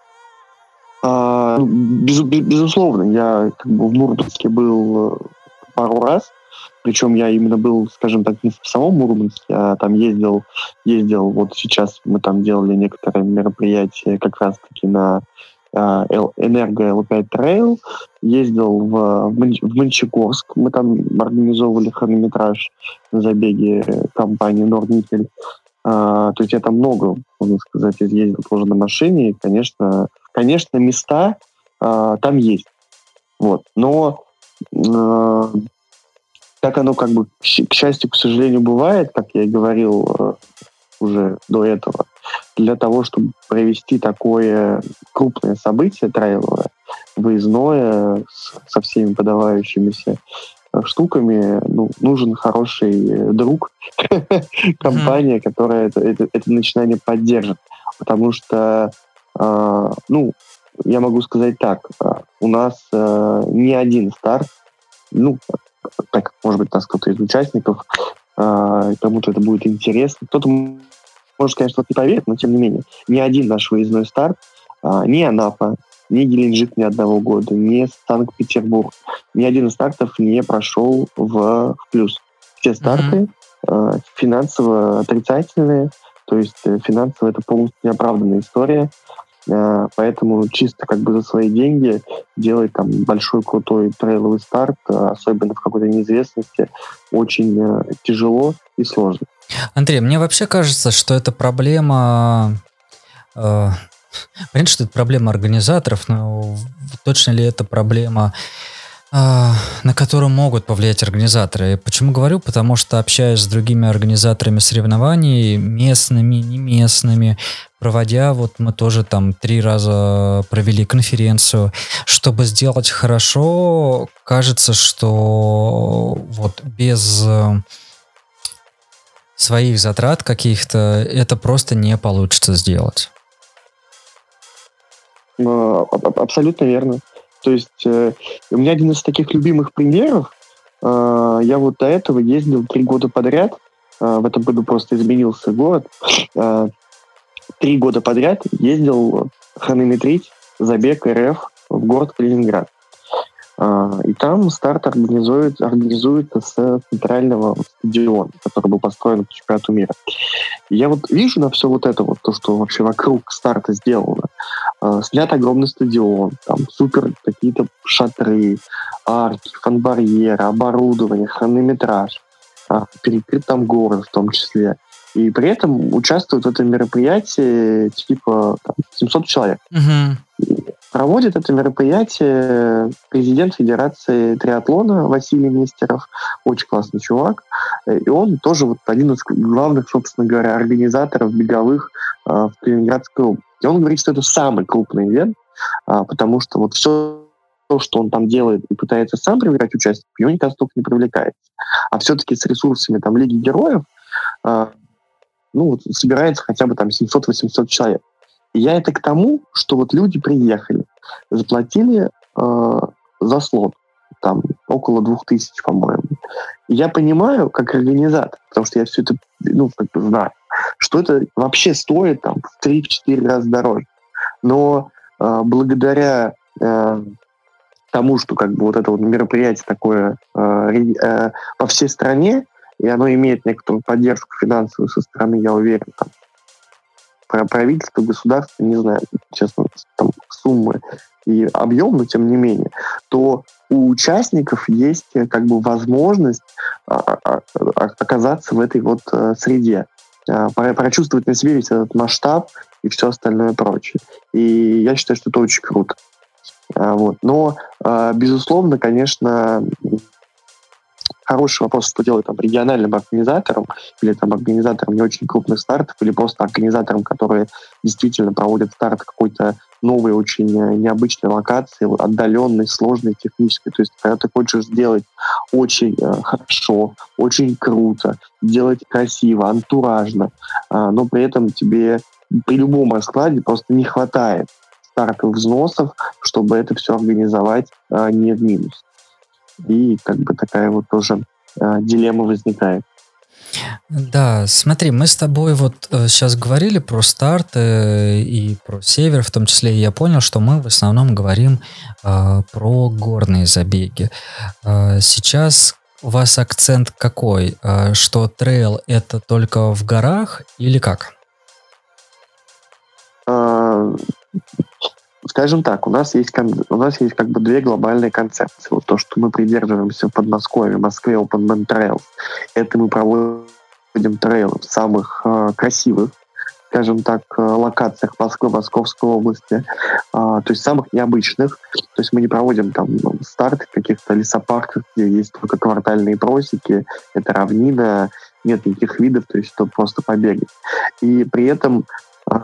D: А, без, безусловно, я как бы в Мурманске был пару раз, причем я именно был, скажем так, не в самом Мурманске, а там ездил, ездил, вот сейчас мы там делали некоторые мероприятия как раз-таки на э, Энерго эл пять Трейл, ездил в, в Мончегорск, мы там организовывали хронометраж на забеге компании Норникель. А, то есть я там много, можно сказать, ездил тоже на машине, и, конечно, конечно, места а, там есть. Вот. Но а, как оно как бы, к счастью, к сожалению, бывает, как я и говорил уже до этого, для того, чтобы провести такое крупное событие трейловое, выездное, со всеми подавающимися штуками, ну, нужен хороший друг, компания, mm-hmm. которая это, это, это начинание поддержит. Потому что, э, ну, я могу сказать так, у нас э, не один старт, ну, так, может быть, у нас кто-то из участников, э, кому-то это будет интересно, кто-то может, конечно, не поверит, но тем не менее, ни один наш выездной старт, э, ни Анапа, ни Геленджик ни одного года, ни Санкт-Петербург, ни один из стартов не прошел в, в плюс. Все старты mm-hmm. э, финансово отрицательные, то есть э, финансово это полностью неоправданная история, э, поэтому чисто как бы за свои деньги делать там большой крутой трейловый старт, э, особенно в какой-то неизвестности, очень э, тяжело и сложно.
B: Андрей, мне вообще кажется, что это проблема... Э... Понятно, что это проблема организаторов, но точно ли это проблема, э, на которую могут повлиять организаторы? Почему говорю? Потому что, общаясь с другими организаторами соревнований, местными, не местными, проводя, вот мы тоже там три раза провели конференцию, чтобы сделать хорошо, кажется, что вот без своих затрат каких-то это просто не получится сделать.
D: Абсолютно верно. То есть э, у меня один из таких любимых примеров. Э, я вот до этого ездил три года подряд. Э, в этом году просто изменился город. Э, три года подряд ездил хронометрить забег РФ в город Калининград. Э, и там старт организует, организуется с центрального стадиона, который был построен к чемпионату мира. И я вот вижу на все вот это вот, то, что вообще вокруг старта сделано. Uh, снят огромный стадион, там супер какие-то шатры, арки, фан-барьеры, оборудование, хронометраж, uh, перекрыт там город в том числе. И при этом участвуют в этом мероприятии типа там, семьсот человек.
B: Uh-huh.
D: Проводит это мероприятие президент Федерации триатлона Василий Нестеров, очень классный чувак. И он тоже вот один из главных, собственно говоря, организаторов беговых uh, в Калининградской области. И он говорит, что это самый крупный ивент, а, потому что вот все то, что он там делает и пытается сам привлекать участников, его никак столько не привлекается. А все-таки с ресурсами там Лиги Героев а, ну, вот, собирается хотя бы там семьсот-восемьсот человек. И я это к тому, что вот люди приехали, заплатили а, за слот, там около двух тысяч, по-моему. И я понимаю, как организатор, потому что я все это, ну, как бы знаю, что это вообще стоит там в три-четыре раза дороже. Но э, благодаря э, тому, что как бы вот это вот мероприятие такое э, э, по всей стране, и оно имеет некоторую поддержку финансовую со стороны, я уверен, там, про правительство, государство, не знаю, честно, там, суммы и объем, но тем не менее, то у участников есть как бы возможность а, а, оказаться в этой вот а, среде, а, прочувствовать на себе весь этот масштаб и все остальное прочее. И я считаю, что это очень круто. А, вот. Но, а, безусловно, конечно, хороший вопрос, что делать там региональным организаторам или там организаторам не очень крупных стартов, или просто организаторам, которые действительно проводят старт какой-то новой, очень необычной локации, отдаленной, сложной, технической. То есть, когда ты хочешь сделать очень э, хорошо, очень круто, делать красиво, антуражно, э, но при этом тебе при любом раскладе просто не хватает стартовых взносов, чтобы это все организовать э, не в минус. И как бы такая вот тоже э, дилемма возникает.
B: Да, смотри, мы с тобой вот э, сейчас говорили про старт э, и про север, в том числе, и я понял, что мы в основном говорим э, про горные забеги. Э, сейчас у вас акцент какой? Э, что трейл это только в горах или как?
D: Э, скажем так, у нас есть у нас есть как бы две глобальные концепции. Вот то, что мы придерживаемся в Подмосковье, в Москве Open Man Trails, это мы проводим трейлы в самых э, красивых скажем так, локациях Москвы, Московской области, а, то есть самых необычных. То есть мы не проводим там старты в каких-то лесопарках, где есть только квартальные просеки, это равнина, нет никаких видов, то есть тут просто побегать. И при этом а,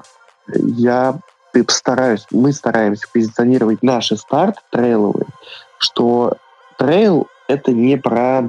D: я стараюсь, мы стараемся позиционировать наши старты трейловые, что трейл — это не про...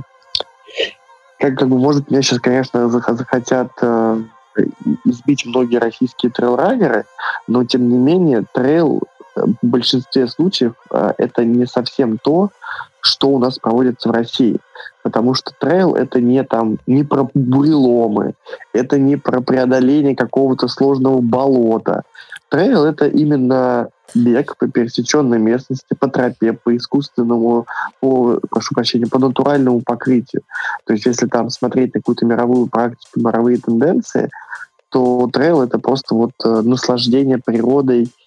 D: Как, как бы, может, меня сейчас, конечно, захотят э, избить многие российские трейл-раннеры, но, тем не менее, трейл в большинстве случаев э, это не совсем то, что у нас проводится в России. Потому что трейл — это не, там, не про буреломы, это не про преодоление какого-то сложного болота. Трейл — это именно бег по пересеченной местности, по тропе, по искусственному, по, прошу прощения, по натуральному покрытию. То есть если там смотреть на какую-то мировую практику, мировые тенденции, то трейл — это просто вот э, наслаждение природой э,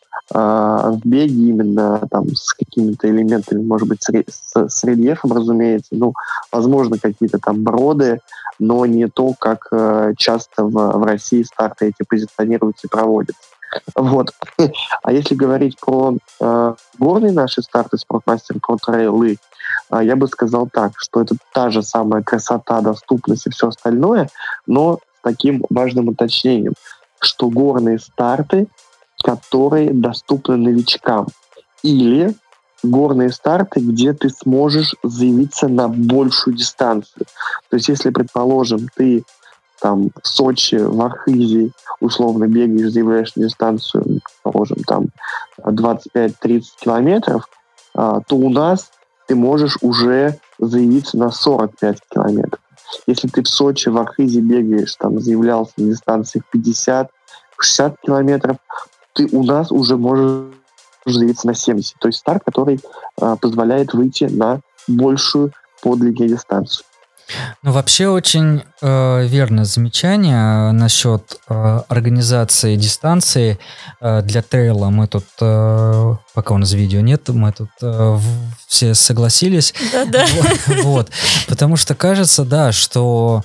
D: в беге именно там с какими-то элементами, может быть, с, с, с рельефом, разумеется. Ну, возможно, какие-то там броды, но не то, как э, часто в, в России старты эти позиционируются и проводятся. Вот. А если говорить про э, горные наши старты Спортмастер, про трейлы, э, я бы сказал так, что это та же самая красота, доступность и все остальное, но с таким важным уточнением, что горные старты, которые доступны новичкам, или горные старты, где ты сможешь заявиться на большую дистанцию. То есть если, предположим, ты там в Сочи, в Архизе условно бегаешь, заявляешь на дистанцию, положим, там двадцать пять тридцать километров, а, то у нас ты можешь уже заявиться на сорок пять километров. Если ты в Сочи, в Архизе бегаешь, там заявлялся на дистанции в пятьдесят шестьдесят километров, ты у нас уже можешь заявиться на семьдесят. То есть старт, который а, позволяет выйти на большую по длине дистанцию.
B: Ну, вообще очень э, верное замечание насчет э, организации дистанции э, для трейла. Мы тут, э, пока у нас видео нет, мы тут э, все согласились.
A: Да-да.
B: Вот, вот. Потому что кажется, да, что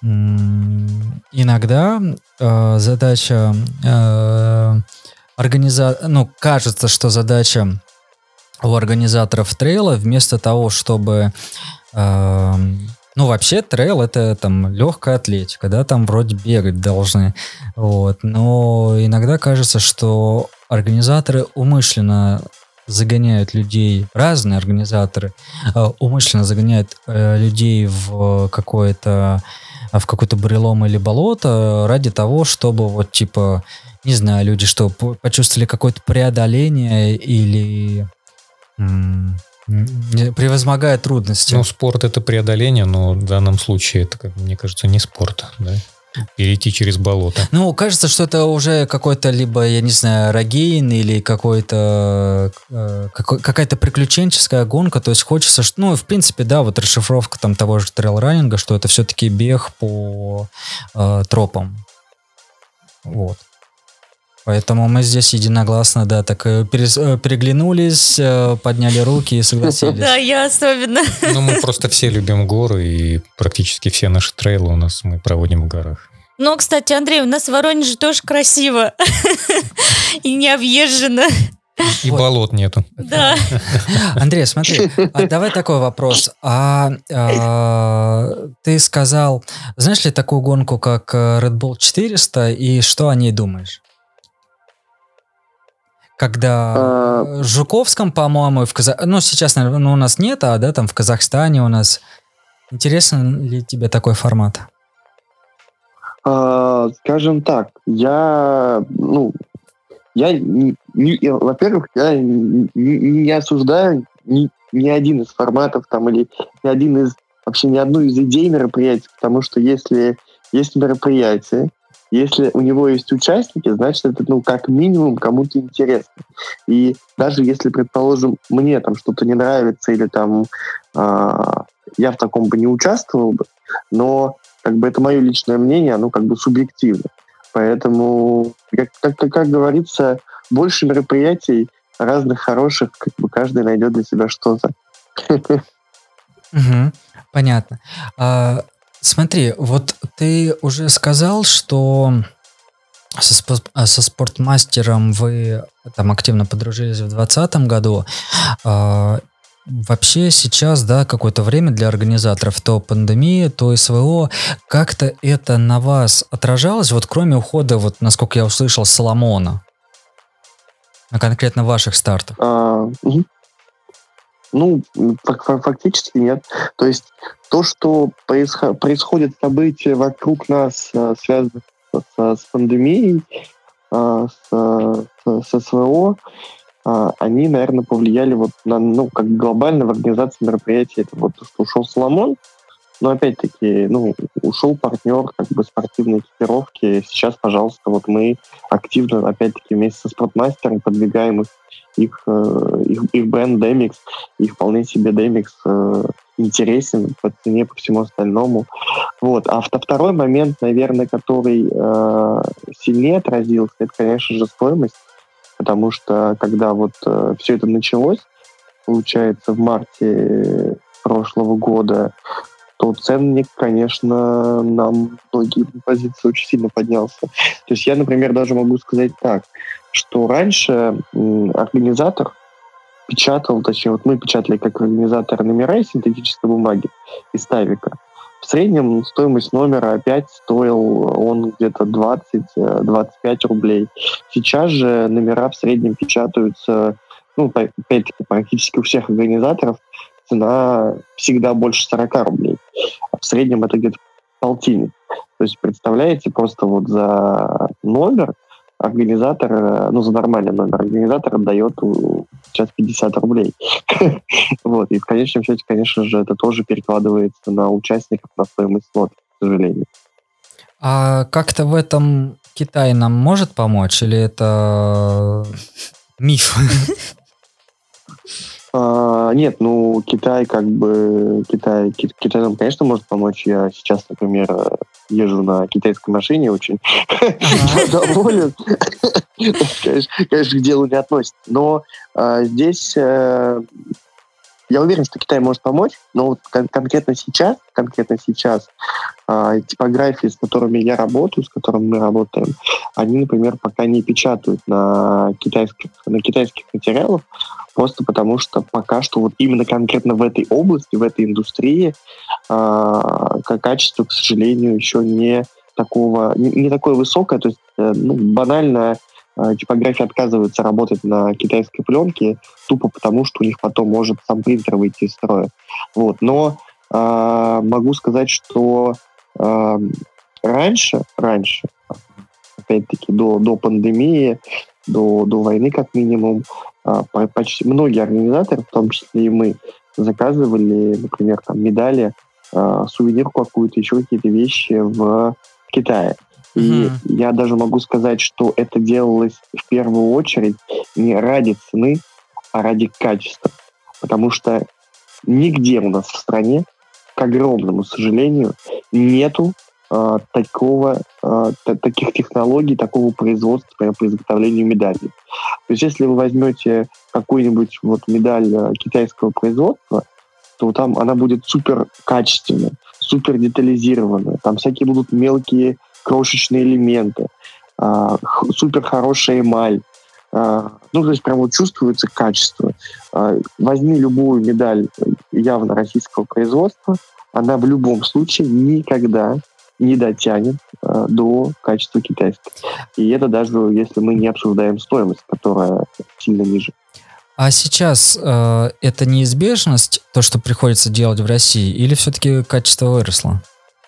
B: м- иногда э, задача э, организации, ну, кажется, что задача у организаторов трейла вместо того, чтобы э, ну, вообще, трейл — это там легкая атлетика, да, там вроде бегать должны, вот, но иногда кажется, что организаторы умышленно загоняют людей, разные организаторы э, умышленно загоняют э, людей в какое-то, в какой-то бурелом или болото ради того, чтобы вот, типа, не знаю, люди что, почувствовали какое-то преодоление или... М- превозмогая трудности.
C: Ну, спорт — это преодоление, но в данном случае это, как мне кажется, не спорт, да? Перейти через болото.
B: Ну, кажется, что это уже какой-то либо, я не знаю, рогейн или какой-то э, какой, какая-то приключенческая гонка, то есть хочется, что, ну, в принципе, да, вот расшифровка там того же трейл-раннинга, что это все-таки бег по э, тропам. Вот. Поэтому мы здесь единогласно, да, так переглянулись, подняли руки и согласились.
A: Да, я особенно.
C: Ну, мы просто все любим горы, и практически все наши трейлы у нас мы проводим в горах.
A: Ну, кстати, Андрей, у нас в Воронеже тоже красиво и не объезжено.
C: И вот. Болот нету.
A: Да.
B: Андрей, смотри, а давай такой вопрос. А, а ты сказал, знаешь ли такую гонку, как Red Bull четыреста, и что о ней думаешь? Когда а... в Жуковском, по-моему, в Казах... ну, сейчас, наверное, ну, у нас нет, а, да, там в Казахстане у нас. Интересен ли тебе такой формат?
D: А, скажем так, я, ну, я, не, не, во-первых, я не, не осуждаю ни, ни один из форматов там или ни один из, вообще ни одну из идей мероприятий, потому что если есть мероприятие, если у него есть участники, значит, это, ну, как минимум кому-то интересно. И даже если, предположим, мне там что-то не нравится или там э, я в таком бы не участвовал бы, но как бы это мое личное мнение, оно как бы субъективно. Поэтому, как, как, как говорится, больше мероприятий разных хороших, как бы каждый найдет для себя что-то.
B: Понятно. Смотри, вот ты уже сказал, что со, со спортмастером вы там активно подружились в двадцатом году. Вообще сейчас, да, какое-то время для организаторов, то пандемия, то СВО, как-то это на вас отражалось, вот кроме ухода, вот насколько я услышал, Соломона, на конкретно ваших стартах? А, угу.
D: Ну, фактически нет. То есть то, что происход- происходит события вокруг нас, связанных с, с пандемией, с, с СВО, они, наверное, повлияли вот на, ну, как глобально в организации мероприятия. Это вот то, что ушел Соломон, но опять-таки, ну, ушел партнер как бы спортивной экипировки. Сейчас, пожалуйста, вот мы активно, опять-таки, вместе со спортмастером продвигаем их, их, их, их бренд Demix, и вполне себе Demix э, интересен по цене, по всему остальному. Вот. А второй момент, наверное, который э, сильнее отразился, это, конечно же, стоимость. Потому что, когда вот э, все это началось, получается, в марте прошлого года, то ценник, конечно, на многие позиции очень сильно поднялся. То есть я, например, даже могу сказать так, что раньше м, организатор печатал, точнее, вот мы печатали как организатор номера из синтетической бумаги, из тавика. В среднем стоимость номера опять стоил он где-то двадцать-двадцать пять рублей. Сейчас же номера в среднем печатаются, ну, опять-таки, практически у всех организаторов цена всегда больше сорок рублей. А в среднем это где-то полтинник. То есть, представляете, просто вот за номер организатор, ну, за нормальный номер организатор отдает сейчас пятьдесят рублей. Вот. И в конечном счете, конечно же, это тоже перекладывается на участников, на стоимость слота, к сожалению.
B: А как-то в этом Китай нам может помочь, или это миф?
D: А, нет, ну, Китай как бы... Китай, Китай нам, конечно, может помочь. Я сейчас, например, езжу на китайской машине, очень доволен. Конечно, к делу не относится. Но здесь... Я уверен, что Китай может помочь, но вот кон- конкретно сейчас, конкретно сейчас э, типографии, с которыми я работаю, с которыми мы работаем, они, например, пока не печатают на китайских, на китайских материалах, просто потому что пока что вот именно конкретно в этой области, в этой индустрии э, качество, к сожалению, еще не такого, не, не такое высокое, то есть э, ну, банально типография отказывается работать на китайской пленке тупо потому, что у них потом может сам принтер выйти из строя. Вот. Но э, могу сказать, что э, раньше, раньше, опять-таки до, до пандемии, до, до войны как минимум, э, почти многие организаторы, в том числе и мы, заказывали, например, там, медали, э, сувенирку какую-то, еще какие-то вещи в Китае. И mm-hmm. я даже могу сказать, что это делалось в первую очередь не ради цены, а ради качества. Потому что нигде у нас в стране, к огромному сожалению, нету э, такого, э, т- таких технологий, такого производства по изготовлению медалей. То есть если вы возьмете какую-нибудь вот медаль э, китайского производства, то там она будет супер качественная, супер детализированная. Там всякие будут мелкие крошечные элементы, э, х- супер хорошая эмаль. Э, ну, то есть прям вот чувствуется качество. Э, возьми любую медаль явно российского производства, она в любом случае никогда не дотянет э, до качества китайского. И это даже если мы не обсуждаем стоимость, которая сильно ниже.
B: А сейчас э, это неизбежность, то, что приходится делать в России, или все-таки качество выросло?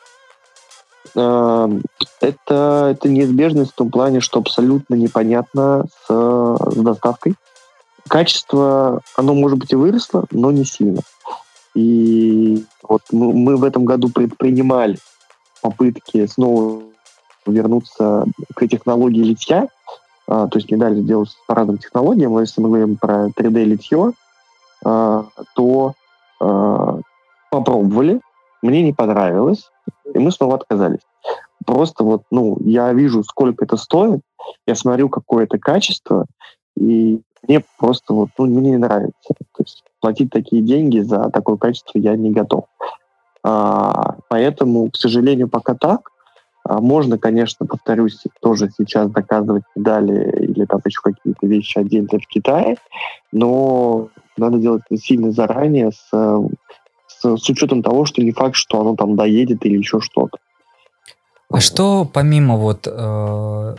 D: Это, это неизбежность в том плане, что абсолютно непонятно с, с доставкой. Качество, оно, может быть, и выросло, но не сильно. И вот мы, мы в этом году предпринимали попытки снова вернуться к технологии литья. А, то есть медаль делать по разным технологиям. Но если мы говорим про три дэ-литье, а, то а, попробовали, мне не понравилось, и мы снова отказались. Просто вот, ну, я вижу, сколько это стоит, я смотрю, какое это качество, и мне просто вот, ну, мне не нравится. То есть платить такие деньги за такое качество я не готов. А, поэтому, к сожалению, пока так. Можно, конечно, повторюсь, тоже сейчас доказывать медали или там еще какие-то вещи отдельно в Китае, но надо делать это сильно заранее с, с, с учетом того, что не факт, что оно там доедет или еще что-то.
B: А что помимо вот э,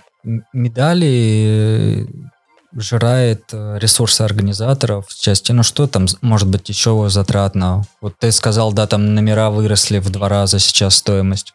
B: медалей жирает ресурсы организаторов в части, ну что там может быть еще затратно? Вот ты сказал, да, там номера выросли в два раза сейчас стоимость.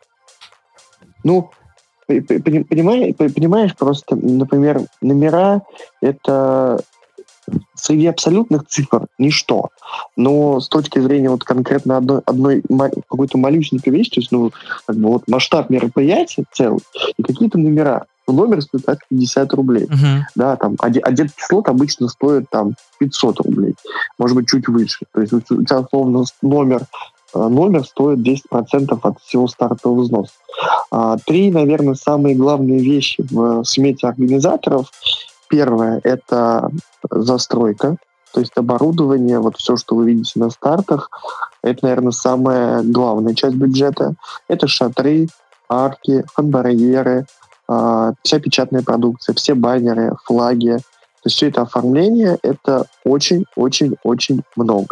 D: Ну, понимаешь, понимаешь, просто, например, номера — это среди абсолютных цифр ничто. Но с точки зрения вот конкретно одной, одной какой-то малюсенькой вещи, то есть, ну, как бы вот масштаб мероприятия целый, и какие-то номера. Номер стоит пятьдесят рублей. Uh-huh. Да, там, а детский слот обычно стоит там пятьсот рублей. Может быть, чуть выше. То есть у тебя, условно, номер номер стоит десять процентов от всего стартового взноса. А, три, наверное, самые главные вещи в смете организаторов. Первое – это застройка, то есть оборудование, вот все, что вы видите на стартах, это, наверное, самая главная часть бюджета. Это шатры, арки, фанбарьеры, а, вся печатная продукция, все баннеры, флаги. То есть все это оформление – это очень-очень-очень много.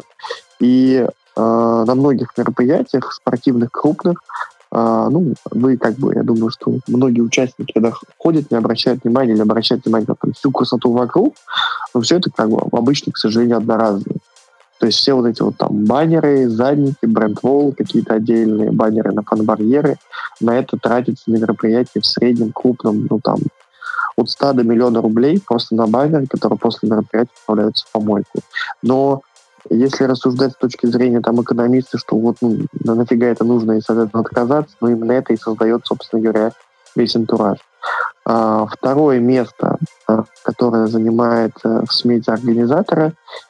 D: И на многих мероприятиях спортивных, крупных, ну, вы как бы, я думаю, что многие участники, когда ходят, не обращают внимания или обращают внимание на всю красоту вокруг, но все это как бы обычно, к сожалению, одноразовое. То есть все вот эти вот там баннеры, задники, бренд-волы, какие-то отдельные баннеры на фан-барьеры, на это тратится на мероприятие в среднем крупном, ну там, от ста до миллиона рублей просто на баннеры, которые после мероприятия отправляются в помойку. Но если рассуждать с точки зрения там экономиста, что вот ну, нафига это нужно и, соответственно, отказаться, но именно это и создает, собственно говоря, весь антураж. А, второе место, а, которое занимает а, в смете организатора,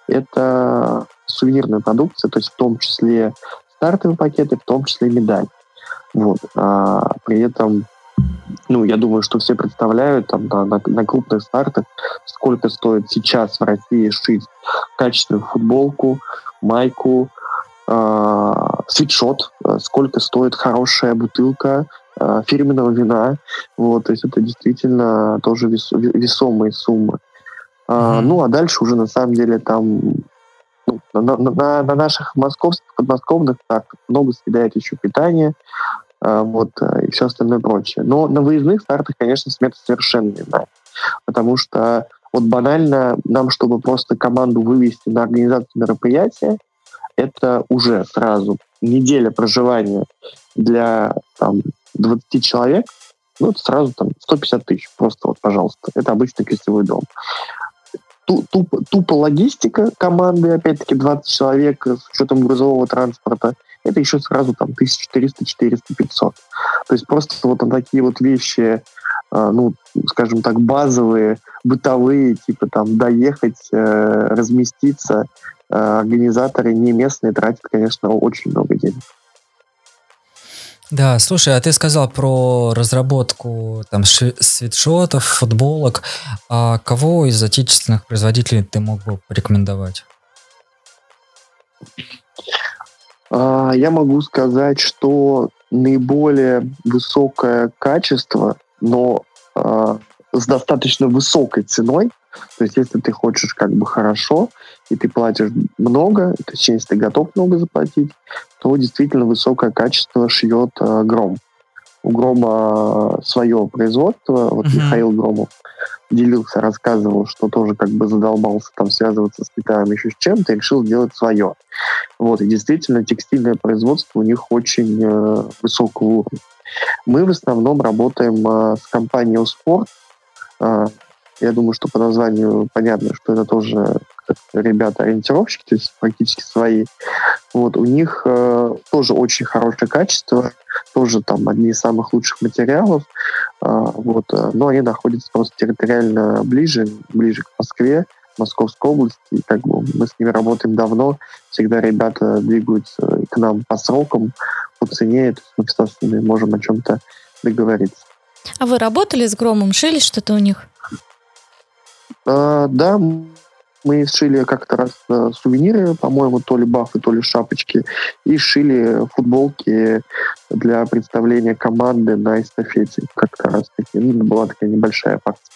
D: это сувенирная продукция, то есть в том числе стартовые пакеты, в том числе медаль. Вот. А, при этом ну, я думаю, что все представляют там, на, на, на крупных стартах, сколько стоит сейчас в России шить качественную футболку, майку, э, свитшот, сколько стоит хорошая бутылка э, фирменного вина. Вот, то есть это действительно тоже вес, весомые суммы. Mm-hmm. А, ну, а дальше уже на самом деле там ну, на, на, на наших московских, подмосковных стартах много съедает еще питание, вот, и все остальное прочее. Но на выездных стартах, конечно, смета совершенно иная. Потому что вот банально нам, чтобы просто команду вывести на организацию мероприятия, это уже сразу неделя проживания для там, двадцати человек, ну, это сразу там сто пятьдесят тысяч. Просто вот, пожалуйста. Это обычный гостевой дом. Тупо, тупо логистика команды, опять-таки, двадцать человек с учетом грузового транспорта, это еще сразу там тысяча четыреста, четыреста, пятьсот. То есть просто вот на такие вот вещи, ну, скажем так, базовые, бытовые, типа там доехать, разместиться, организаторы не местные тратят, конечно, очень много денег.
B: Да, слушай, а ты сказал про разработку там свитшотов, футболок. А кого из отечественных производителей ты мог бы порекомендовать?
D: Я могу сказать, что наиболее высокое качество, но э, с достаточно высокой ценой, то есть если ты хочешь как бы хорошо, и ты платишь много, точнее, если ты готов много заплатить, то действительно высокое качество шьет э, Гром. У Грома свое производство, вот uh-huh. Михаил Громов делился, рассказывал, что тоже как бы задолбался там связываться с Китаем еще с чем-то и решил сделать свое. Вот, и действительно текстильное производство у них очень э, высокого уровня. Мы в основном работаем э, с компанией Спорт. Э, я думаю, что по названию понятно, что это тоже ребята-ориентировщики, то есть практически свои. Вот, у них э, тоже очень хорошее качество, тоже там одни из самых лучших материалов, э, вот, но они находятся просто территориально ближе, ближе к Москве, Московской области, и как бы мы с ними работаем давно, всегда ребята двигаются к нам по срокам, по цене, то есть мы всегда с ними можем о чем-то договориться.
A: А вы работали с Громом, шили что-то у них?
D: А, да, Мы сшили как-то раз э, сувениры, по-моему, то ли бафы, то ли шапочки, и шили футболки для представления команды на эстафете. Как-то раз таки. Ну, была такая небольшая акция.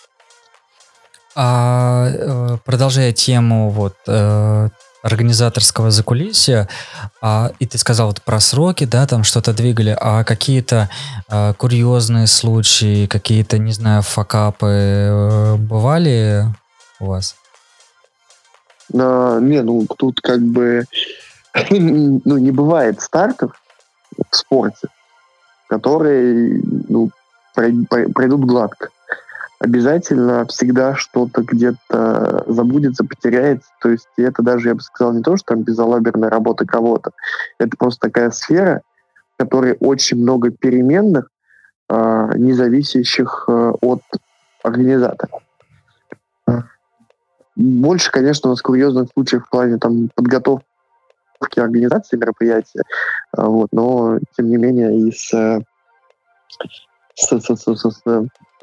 B: А, э, продолжая тему вот э, организаторского закулисья, а, и ты сказал вот про сроки, да, там что-то двигали, а какие-то э, курьезные случаи, какие-то, не знаю, факапы э, бывали у вас?
D: А, не, ну тут как бы ну, не бывает стартов в спорте, которые ну, пройдут гладко. Обязательно всегда что-то где-то забудется, потеряется. То есть это даже, я бы сказал, не то, что там безалаберная работа кого-то. Это просто такая сфера, в которой очень много переменных, э, не зависящих э, от организатора. Больше, конечно, у нас курьезных случаев в плане там, подготовки организации мероприятия, э, вот, но, тем не менее, и с... с, с, с, с, с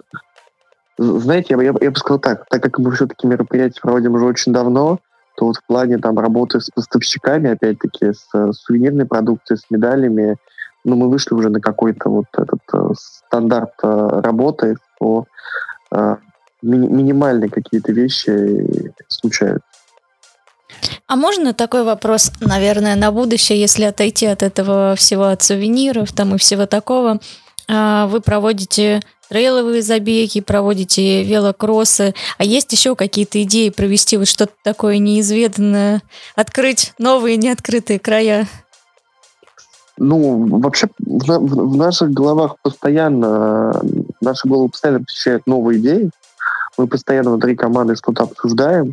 D: знаете, я бы, я, я бы сказал так, так как мы все-таки мероприятия проводим уже очень давно, то вот в плане там работы с поставщиками, опять-таки, с, с сувенирной продукцией, с медалями, ну, мы вышли уже на какой-то вот этот э, стандарт э, работы, что э, ми- минимальные какие-то вещи случаются.
A: А можно такой вопрос, наверное, на будущее, если отойти от этого всего, от сувениров там и всего такого? Вы проводите трейловые забеги, проводите велокроссы, а есть еще какие-то идеи провести вот что-то такое неизведанное, открыть новые неоткрытые края?
D: Ну, вообще в, в, в наших головах постоянно, наши головы постоянно посещают новые идеи, мы постоянно внутри команды что-то обсуждаем.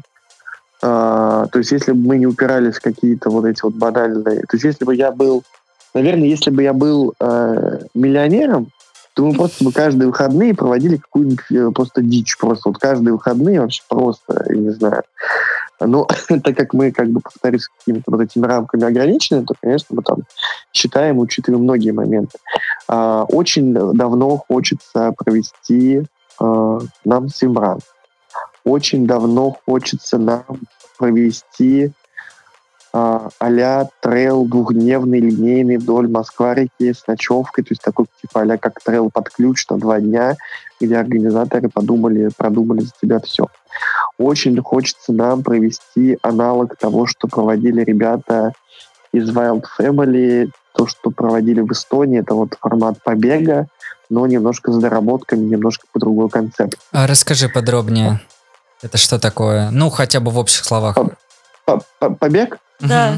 D: А, то есть если бы мы не упирались в какие-то вот эти вот банальные... То есть если бы я был... Наверное, если бы я был э, миллионером, то мы просто бы каждые выходные проводили какую-нибудь просто дичь. Просто вот каждые выходные вообще просто, я не знаю. Но так как мы, как бы, повторюсь, какими-то вот этими рамками ограничены, то, конечно, мы там считаем, учитываем многие моменты. А, очень давно хочется провести а, нам свимран. Очень давно хочется нам провести а, а-ля трейл двухдневный, линейный вдоль Москва-реки с ночевкой, то есть такой типа а-ля как трейл под ключ на два дня, где организаторы подумали, продумали за тебя все. Очень хочется нам провести аналог того, что проводили ребята из Wild Family, то, что проводили в Эстонии, это вот формат побега, но немножко с доработками, немножко по другой концепции.
B: А расскажи подробнее, это что такое? Ну, хотя бы в общих словах.
D: Побег?
A: Да.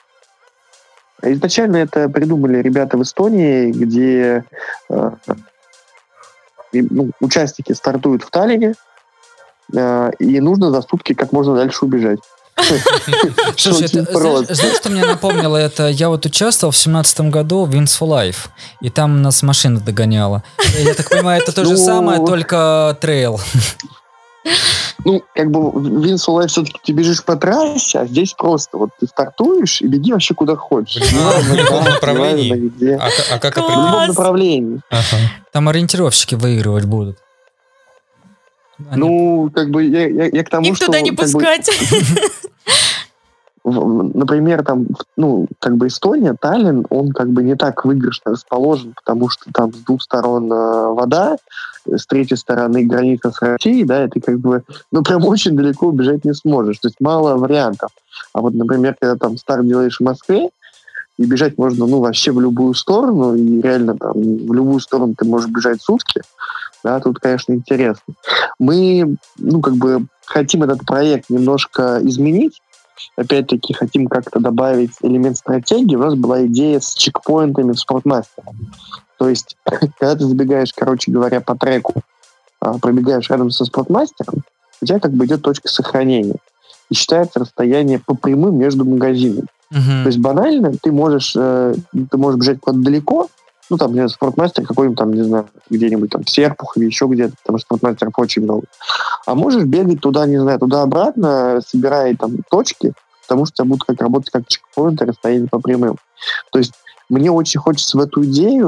D: Изначально это придумали ребята в Эстонии, где э, ну, участники стартуют в Таллине, э, и нужно за сутки как можно дальше убежать.
B: Слушай, знаешь, что мне напомнило это? Я вот участвовал в семнадцатом году в Wings for Life, и там нас машина догоняла. Я так понимаю, это то же самое, только трейл.
D: Ну, как бы в Wings for Life все-таки ты бежишь по трассе, а здесь просто вот ты стартуешь и беги вообще куда хочешь.
C: В любом направлении.
D: А как это? В любом направлении.
B: Там ориентировщики выигрывать будут.
D: Ну, как бы я, я, я к тому,
A: Их
D: что...
A: Их туда не пускать.
D: Бы, например, там, ну, как бы Эстония, Таллин, он как бы не так выигрышно расположен, потому что там с двух сторон э, вода, с третьей стороны граница с Россией, да, и ты как бы, ну, прям очень далеко убежать не сможешь. То есть мало вариантов. А вот, например, когда там старт делаешь в Москве, и бежать можно, ну, вообще в любую сторону, и реально там в любую сторону ты можешь бежать сутки, да, тут, конечно, интересно. Мы, ну, как бы хотим этот проект немножко изменить, опять-таки хотим как-то добавить элемент стратегии. У нас была идея с чекпоинтами в спортмастере. То есть, когда ты забегаешь, короче говоря, по треку, пробегаешь рядом со спортмастером, у тебя как бы идет точка сохранения. И считается расстояние по прямым между магазинами. Uh-huh. То есть банально ты можешь, э, ты можешь бежать куда-то далеко, ну, там, не знаю, спортмастер какой-нибудь там, не знаю, где-нибудь там в Серпухове, еще где-то, потому что спортмастеров очень много. А можешь бегать туда, не знаю, туда-обратно, собирая там точки, потому что у тебя будут как работать как чекпоинты, расстояние по прямым. То есть мне очень хочется в эту идею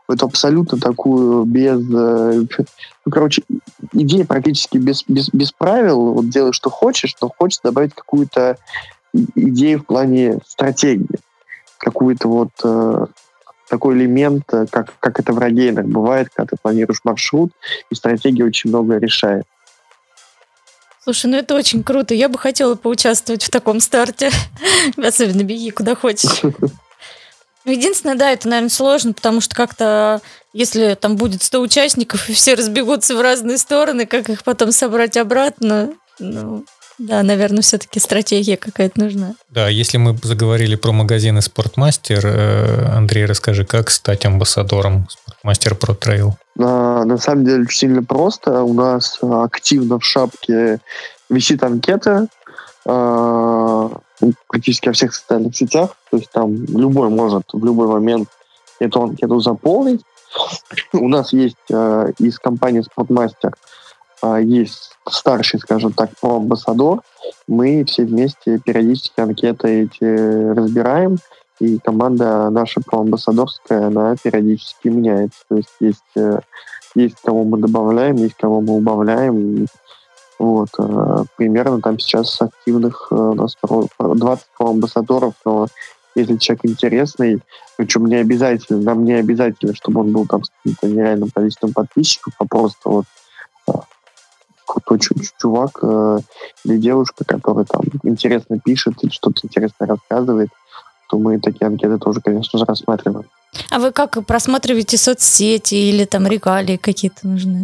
D: вот абсолютно такую без... Ну, короче, идея практически без, без, без правил, вот делай, что хочешь, но хочется добавить какую-то идею в плане стратегии, какую-то вот э, такой элемент, как, как это в рогейнах бывает, когда ты планируешь маршрут, и стратегия очень многое решает.
A: Слушай, ну это очень круто. Я бы хотела поучаствовать в таком старте. Особенно беги куда хочешь. Единственное, да, это, наверное, сложно, потому что как-то, если там будет сто участников, и все разбегутся в разные стороны, как их потом собрать обратно, ну, да, наверное, все-таки стратегия какая-то нужна.
C: Да, если мы заговорили про магазины «Спортмастер», Андрей, расскажи, как стать амбассадором «Спортмастер Про Трейл»?
D: На, на самом деле очень сильно просто. У нас активно в шапке висит анкета э, практически во всех социальных сетях. То есть там любой может в любой момент эту анкету заполнить. У нас есть э, из компании «Спортмастер» э, есть старший, скажем так, проамбассадор. Мы все вместе периодически анкеты эти разбираем. И команда наша проамбассадорская, она периодически меняется. То есть есть, есть кого мы добавляем, есть кого мы убавляем. Вот. Примерно там сейчас активных у нас двадцать проамбассадоров, но если человек интересный, причем не обязательно, нам не обязательно, чтобы он был там с каким-то нереальным количеством подписчиков, а просто вот крутой чувак или девушка, который там интересно пишет или что-то интересное рассказывает, то мы такие анкеты тоже, конечно же, рассматриваем.
A: А вы как просматриваете соцсети или там регалии какие-то нужны?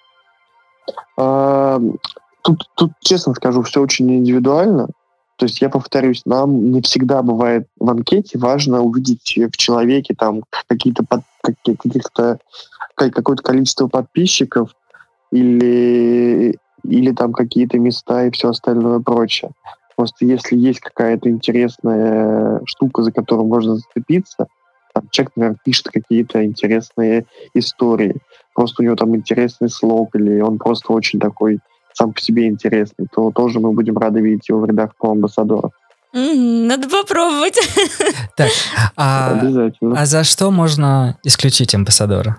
D: А, тут, тут, честно скажу, все очень индивидуально. То есть я повторюсь, нам не всегда бывает в анкете важно увидеть в человеке там какие-то под, каких-то какое-то количество подписчиков или, или там какие-то места и все остальное прочее. Просто если есть какая-то интересная штука, за которую можно зацепиться, там человек, наверное, пишет какие-то интересные истории, просто у него там интересный слог, или он просто очень такой сам по себе интересный, то тоже мы будем рады видеть его в рядах проамбассадоров.
A: Mm, надо попробовать.
B: Так, а,
D: обязательно.
B: А за что можно исключить амбассадора?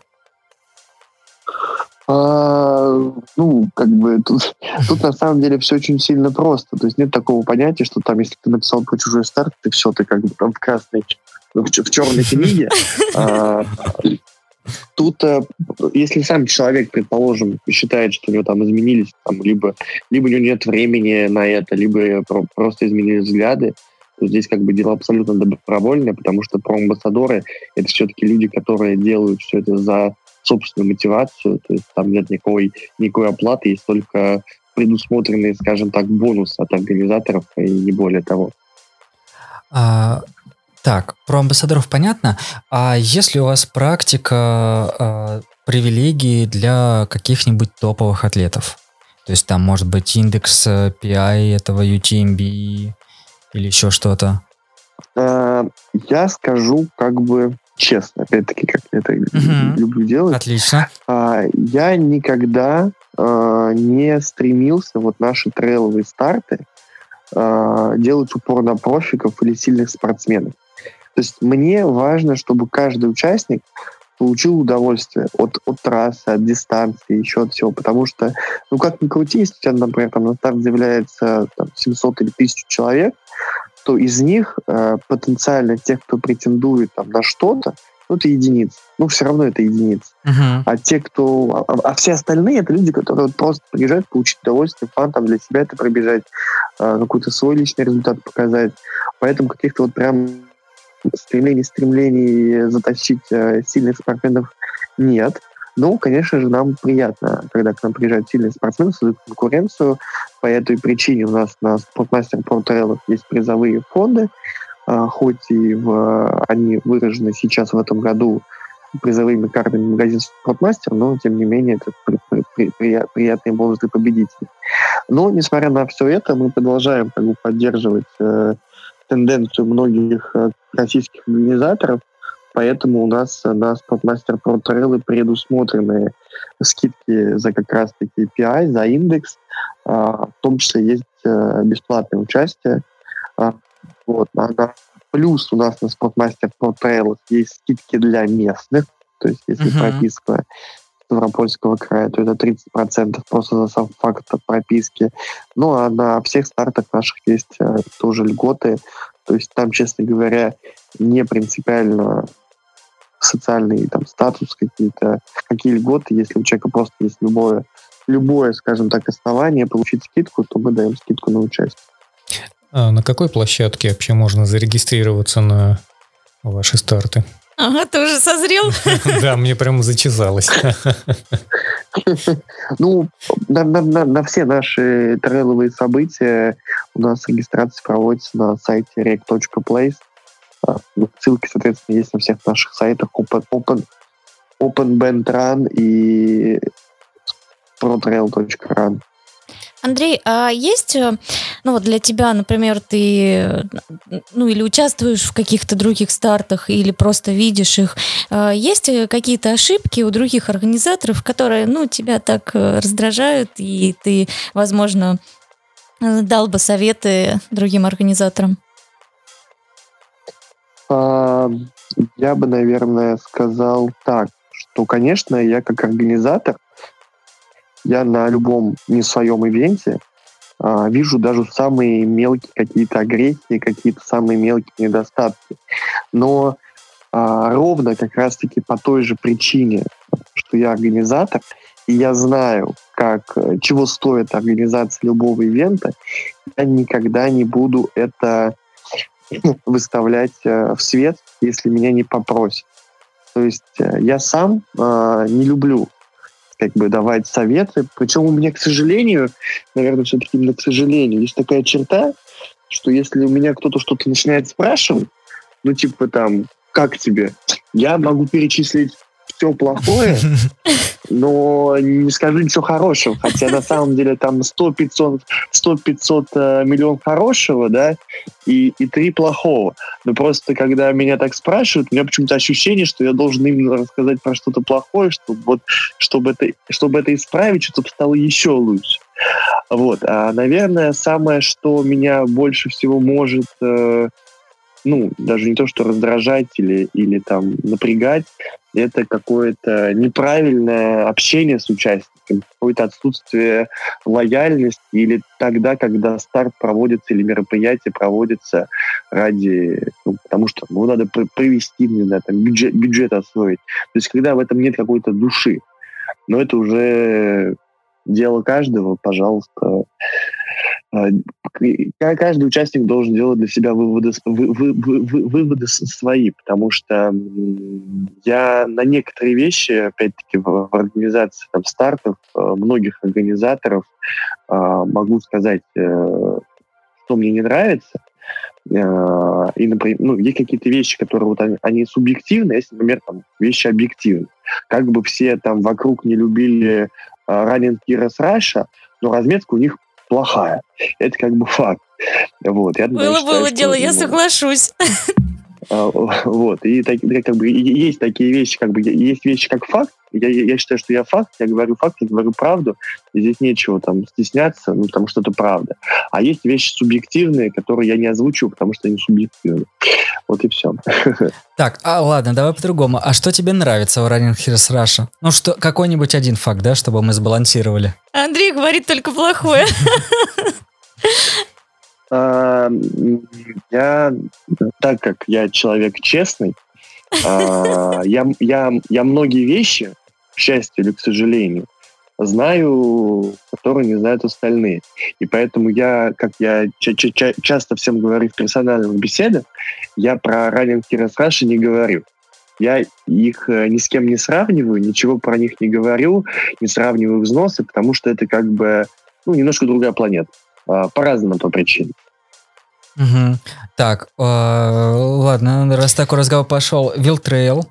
D: А, ну, как бы тут, тут на самом деле все очень сильно просто. То есть нет такого понятия, что там, если ты написал про чужой старт, ты все, ты как бы там в красной, в, в черной книге. А, тут, если сам человек, предположим, считает, что у него там изменились, там, либо, либо у него нет времени на это, либо просто изменились взгляды, то здесь как бы дело абсолютно добровольное, потому что проамбассадоры — это все-таки люди, которые делают все это за собственную мотивацию, то есть там нет никакой, никакой оплаты, есть только предусмотренные, скажем так, бонусы от организаторов и не более того.
B: А, так, про амбассадоров понятно. А есть ли у вас практика а, привилегий для каких-нибудь топовых атлетов? То есть там может быть индекс пи ай этого ю ти эм би или еще что-то?
D: А, я скажу как бы честно, опять-таки, как я это uh-huh. люблю делать.
B: Отлично.
D: А, я никогда а, не стремился вот наши трейловые старты а, делать упор на профиков или сильных спортсменов. То есть мне важно, чтобы каждый участник получил удовольствие от, от трассы, от дистанции, еще от всего. Потому что, ну как ни крути, если у тебя, например, там, на старт заявляется там, семьсот или тысяча человек, то из них э, потенциально тех, кто претендует там, на что-то, ну, это единицы. Ну, все равно это единицы. Uh-huh. А те, кто... А, а все остальные — это люди, которые вот просто приезжают получить удовольствие, фан, там, для себя это пробежать, э, какой-то свой личный результат показать. Поэтому каких-то вот прям стремлений, стремлений затащить э, сильных спортсменов нет. Ну, конечно же, нам приятно, когда к нам приезжают сильные спортсмены, создают конкуренцию. По этой причине у нас на Спортмастер Про Трейл есть призовые фонды, а, хоть и в, они выражены сейчас в этом году призовыми картами магазин Спортмастер, но, тем не менее, это при, при, при, приятные бонусы победителей. Но, несмотря на все это, мы продолжаем как бы, поддерживать э, тенденцию многих э, российских организаторов. Поэтому у нас на Спортмастер Про Трейл предусмотрены скидки за как раз-таки пи ай, за индекс. В том числе есть бесплатное участие. Вот. Плюс у нас на Спортмастер Про Трейл есть скидки для местных. То То есть если uh-huh. прописка Ставропольского края, то это тридцать процентов просто за сам факт прописки. Ну, а на всех стартах наших есть э, тоже льготы. То есть там, честно говоря, не принципиально социальный там статус, какие-то, какие льготы. Если у человека просто есть любое, любое, скажем так, основание получить скидку, то мы даем скидку на участие.
C: А на какой площадке вообще можно зарегистрироваться на ваши старты?
A: Ага, ты уже созрел?
C: Да, мне прямо зачесалось.
D: Ну, на, на, на, на все наши трейловые события у нас регистрация проводится на сайте рек точка плейс. Ссылки, соответственно, есть на всех наших сайтах Open, Open, Open Band Run и protrail точка ран.
A: Андрей, а есть, ну вот для тебя, например, ты, ну или участвуешь в каких-то других стартах, или просто видишь их, есть какие-то ошибки у других организаторов, которые, ну, тебя так раздражают, и ты, возможно, дал бы советы другим организаторам?
D: Я бы, наверное, сказал так, что, конечно, я как организатор, я на любом не своем ивенте а, вижу даже самые мелкие какие-то агрессии, какие-то самые мелкие недостатки. Но а, ровно как раз-таки по той же причине, что я организатор, и я знаю, как, чего стоит организация любого ивента, я никогда не буду это выставлять в свет, если меня не попросят. То есть я сам а, не люблю как бы давать советы. Причем у меня, к сожалению, наверное, все-таки именно к сожалению, есть такая черта, что если у меня кто-то что-то начинает спрашивать, ну, типа там, как тебе? Я могу перечислить все плохое, но не скажу ничего хорошего. Хотя на самом деле там сто-пятьсот миллионов хорошего, да, и, и три плохого. Но просто когда меня так спрашивают, у меня почему-то ощущение, что я должен именно рассказать про что-то плохое, чтобы, вот, чтобы, это, чтобы это исправить, чтобы стало еще лучше. Вот. А, наверное, самое, что меня больше всего может... Э, ну, даже не то, что раздражать или, или там напрягать, это какое-то неправильное общение с участниками, какое-то отсутствие лояльности или тогда, когда старт проводится или мероприятие проводится ради, ну, потому что ну, надо провести, не знаю, там, бюджет, бюджет освоить. То есть когда в этом нет какой-то души. Но это уже дело каждого, пожалуйста. Каждый участник должен делать для себя выводы, вы, вы, вы, выводы свои, потому что я на некоторые вещи, опять-таки, в, в организации там, стартов, многих организаторов могу сказать, что мне не нравится. И, например, ну, есть какие-то вещи, которые вот они, они субъективны, есть, например, там, вещи объективны. Как бы все там вокруг не любили Running Heroes Russia, но разметка у них плохая. Это как бы факт. Вот. Я,
A: было
D: считаю,
A: было
D: что,
A: дело, я
D: ну,
A: соглашусь.
D: Вот. И так, как бы есть такие вещи, как бы есть вещи как факт. Я, я считаю, что я факт, я говорю факт, я говорю правду. И здесь нечего там стесняться, ну, потому что это правда. А есть вещи субъективные, которые я не озвучу, потому что они субъективны. Вот и все.
B: Так, а ладно, давай по-другому. А что тебе нравится в Running Heroes Russia? Ну, что, какой-нибудь один факт, да, чтобы мы сбалансировали.
A: Андрей говорит только плохое.
D: Я, так как я человек честный, я, я, я многие вещи, к счастью или к сожалению, знаю, которые не знают остальные. И поэтому я, как я ча- ча- часто всем говорю в персональных беседах, я про Running Heroes Russia не говорю. Я их ни с кем не сравниваю, ничего про них не говорю, не сравниваю взносы, потому что это как бы ну, немножко другая планета. По разным по причинам.
B: Угу. Так, э, ладно, раз такой разговор пошел. Wild Trail.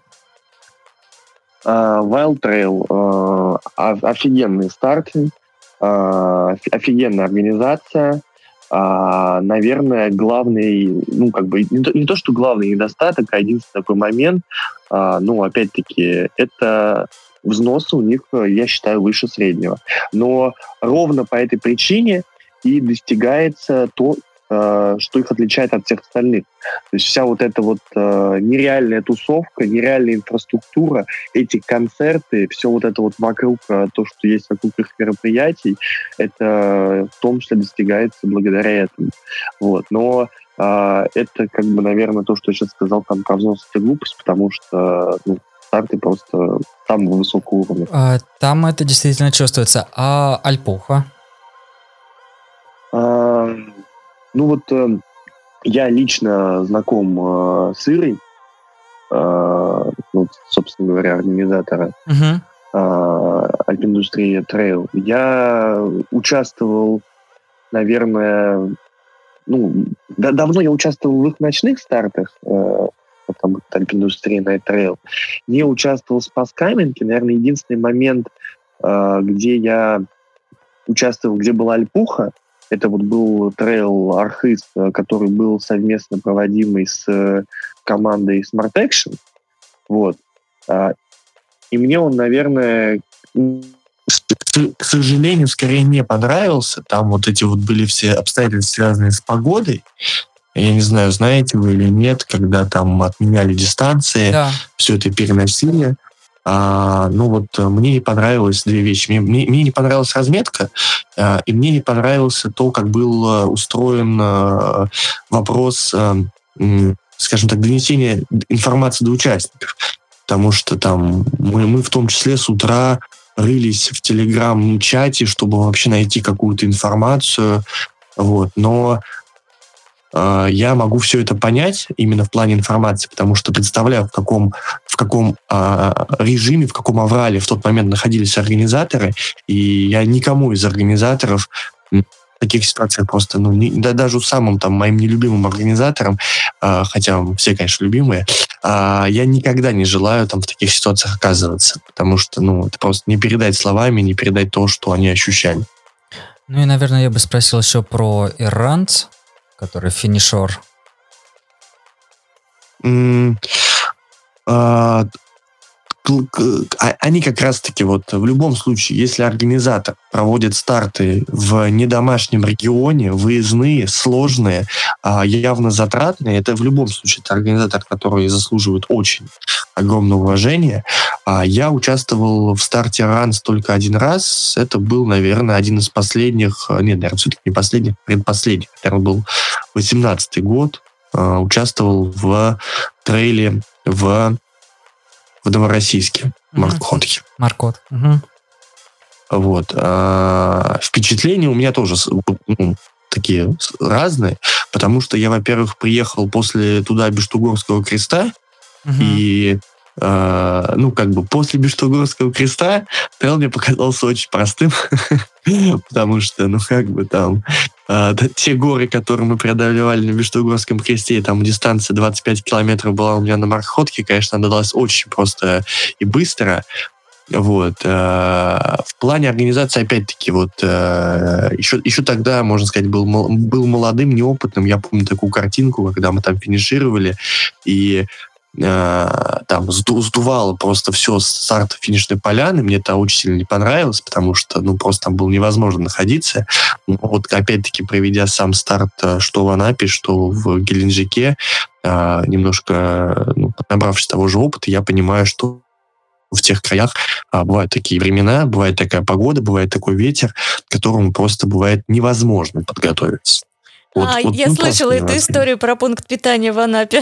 D: Uh, Wild Trail uh, офигенный старты, uh, офигенная организация. Uh, наверное, главный, ну, как бы, не то, не то, что главный недостаток, а единственный такой момент, uh, ну, опять-таки, это взносы у них, я считаю, выше среднего. Но ровно по этой причине и достигается то, э, что их отличает от всех остальных. То есть вся вот эта вот э, нереальная тусовка, нереальная инфраструктура, эти концерты, все вот это вот вокруг, то, что есть вокруг их мероприятий, это в том числе достигается благодаря этому. Вот. Но э, это, как бы, наверное, то, что я сейчас сказал там про взрослость и глупость, потому что, ну, старты просто самого высокого уровня.
B: А, там это действительно чувствуется. А Альпуха?
D: А, ну вот э, я лично знаком э, с Ирой, э, ну, собственно говоря, организатора
B: Угу.
D: э, Альпиндустрия Трейл. Я участвовал, наверное, ну, да, давно я участвовал в их ночных стартах, э, потому что Альпиндустрия Night Trail. Не участвовал в Спаскаменке. Наверное, единственный момент, э, где я участвовал, где была Альпуха, это вот был трейл Архыз, который был совместно проводимый с командой Smart Action. Вот. И мне он, наверное,
E: к сожалению, скорее не понравился. Там вот эти вот были все обстоятельства, связанные с погодой. Я не знаю, знаете вы или нет, когда там отменяли дистанции,
B: Да.
E: все это переносили. А, ну вот мне не понравилось две вещи. Мне, мне, мне не понравилась разметка, а, и мне не понравился то, как был а, устроен а, вопрос, а, м, скажем так, донесения информации до участников. Потому что там мы, мы в том числе с утра рылись в телеграм-чате, чтобы вообще найти какую-то информацию. Вот. Но я могу все это понять именно в плане информации, потому что представляю, в каком, в каком а, режиме, в каком аврале в тот момент находились организаторы, и я никому из организаторов в таких ситуациях просто, ну, не, да, даже самым там моим нелюбимым организаторам, а, хотя все, конечно, любимые, а, я никогда не желаю там в таких ситуациях оказываться, потому что, ну, это просто не передать словами, не передать то, что они ощущали.
B: Ну и, наверное, я бы спросил еще про Иранц, который финишер.
E: Mm, а, они как раз-таки вот в любом случае, если организатор проводит старты в недомашнем регионе, выездные, сложные, явно затратные, это в любом случае это организатор, который заслуживает очень огромного уважения. Я участвовал в старте Ранс только один раз. Это был, наверное, один из последних, нет, наверное, все-таки не последних, предпоследних. Наверное, был восемнадцатый год. Участвовал в трейле в в Новороссийске, в Маркотке.
B: Маркот. Угу.
E: Вот. А, впечатления у меня тоже ну, такие разные, потому что я, во-первых, приехал после туда Бештугорского креста, угу. и а, ну, как бы после Бештугорского креста трейл мне показался очень простым, потому что, ну, как бы там а, те горы, которые мы преодолевали на Бештугорском кресте, там дистанция двадцать пять километров была у меня на Маркотке, конечно, она далась очень просто и быстро. Вот. А, в плане организации, опять-таки, вот а, еще, еще тогда, можно сказать, был, был молодым, неопытным. Я помню такую картинку, когда мы там финишировали, и там сдувало просто все с старта финишной поляны. Мне это очень сильно не понравилось, потому что, ну, просто там было невозможно находиться. Но вот, опять-таки, проведя сам старт что в Анапе, что в Геленджике, немножко, ну, набравшись того же опыта, я понимаю, что в тех краях а, бывают такие времена, бывает такая погода, бывает такой ветер, к которому просто бывает невозможно подготовиться.
A: Вот, а, вот, я ну, слышала эту невозможно. Историю про пункт питания в Анапе.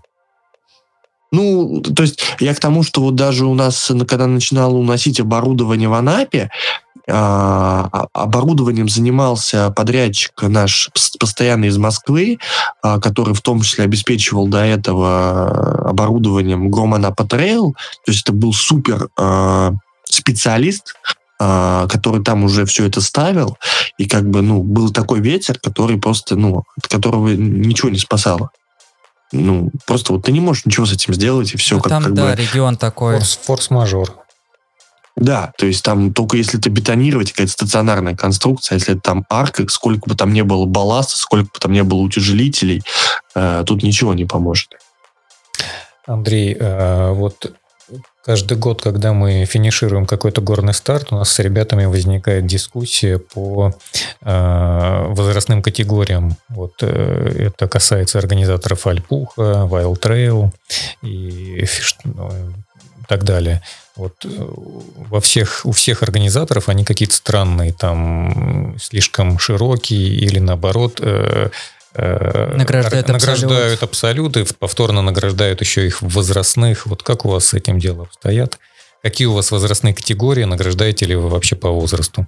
E: Ну, то есть я к тому, что вот даже у нас, когда начинало уносить оборудование в Анапе, а, оборудованием занимался подрядчик наш постоянно из Москвы, а, который в том числе обеспечивал до этого оборудованием Гром Анапа Трейл. То есть это был супер а, специалист, а, который там уже все это ставил, и как бы, ну, был такой ветер, который просто, ну, от которого ничего не спасало. Ну, просто вот ты не можешь ничего с этим сделать, и все.
B: Ну,
E: как,
B: там,
E: как
B: да,
E: бы...
B: регион такой.
C: Форс, форс-мажор.
E: Да, то есть там только если это бетонировать, какая-то стационарная конструкция, если это там арка, сколько бы там не было балласта, сколько бы там не было утяжелителей, э, тут ничего не поможет.
C: Андрей, э, вот каждый год, когда мы финишируем какой-то горный старт, у нас с ребятами возникает дискуссия по э, возрастным категориям. Вот э, это касается организаторов Альпуха, Wild Trail и фиш, ну, так далее. Вот во всех, у всех организаторов они какие-то странные, там слишком широкие или наоборот э, э,
B: награждают,
C: награждают абсолюты, повторно награждают еще их возрастных. Вот как у вас с этим делом обстоят? Какие у вас возрастные категории? Награждаете ли вы вообще по возрасту?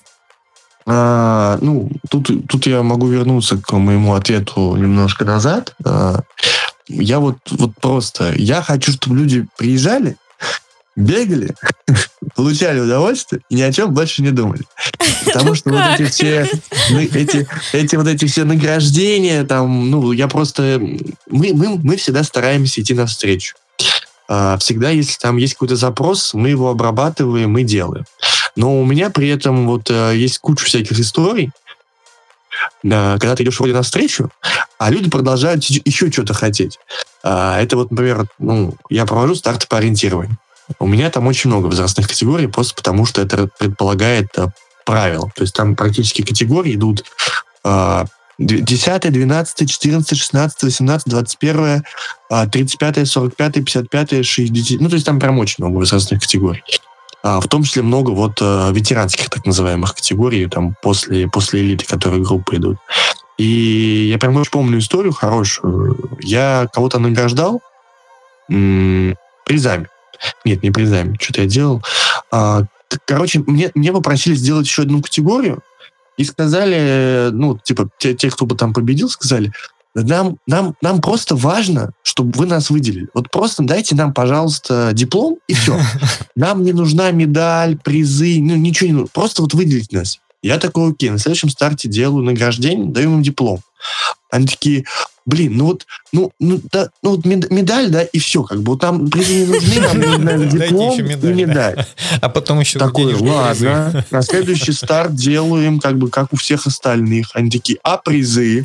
E: А, ну, тут, тут я могу вернуться к моему ответу немножко назад. А, я вот, вот просто, я хочу, чтобы люди приезжали, бегали, получали удовольствие и ни о чем больше не думали. Потому что вот эти все, эти, эти вот эти все награждения, там, ну, я просто... Мы, мы, мы всегда стараемся идти навстречу. Всегда, если там есть какой-то запрос, мы его обрабатываем и делаем. Но у меня при этом вот есть куча всяких историй, когда ты идешь вроде навстречу, а люди продолжают еще что-то хотеть. Это вот, например, ну, я провожу старты по ориентированию. У меня там очень много возрастных категорий, просто потому что это предполагает правила. То есть там практически категории идут десятое, двенадцатое, четырнадцатое, шестнадцатое, восемнадцатое, двадцать первое, тридцать пятое, сорок пятое, пятьдесят пятое, шестьдесят. Ну, то есть там прям очень много возрастных категорий. В том числе много вот ветеранских так называемых категорий, там после, после элиты, которые группы идут. И я прям очень помню историю хорошую. Я кого-то награждал м- призами. Нет, не призами. Что-то я делал. А, короче, мне, мне попросили сделать еще одну категорию и сказали, ну, типа, те, те кто бы там победил, сказали, нам, нам, нам просто важно, чтобы вы нас выделили. Вот просто дайте нам, пожалуйста, диплом, и все. Нам не нужна медаль, призы, ну, ничего не нужно. Просто вот выделить нас. Я такой, окей, на следующем старте делаю награждение, даю им диплом. Они такие, блин, ну вот, ну, ну, да, ну вот медаль, да, и все, как бы, вот нам призы не нужны, нам нужны диплом и медаль.
C: А потом еще
E: такой, ладно, на следующий старт делаем, как бы, как у всех остальных. Они такие, а призы?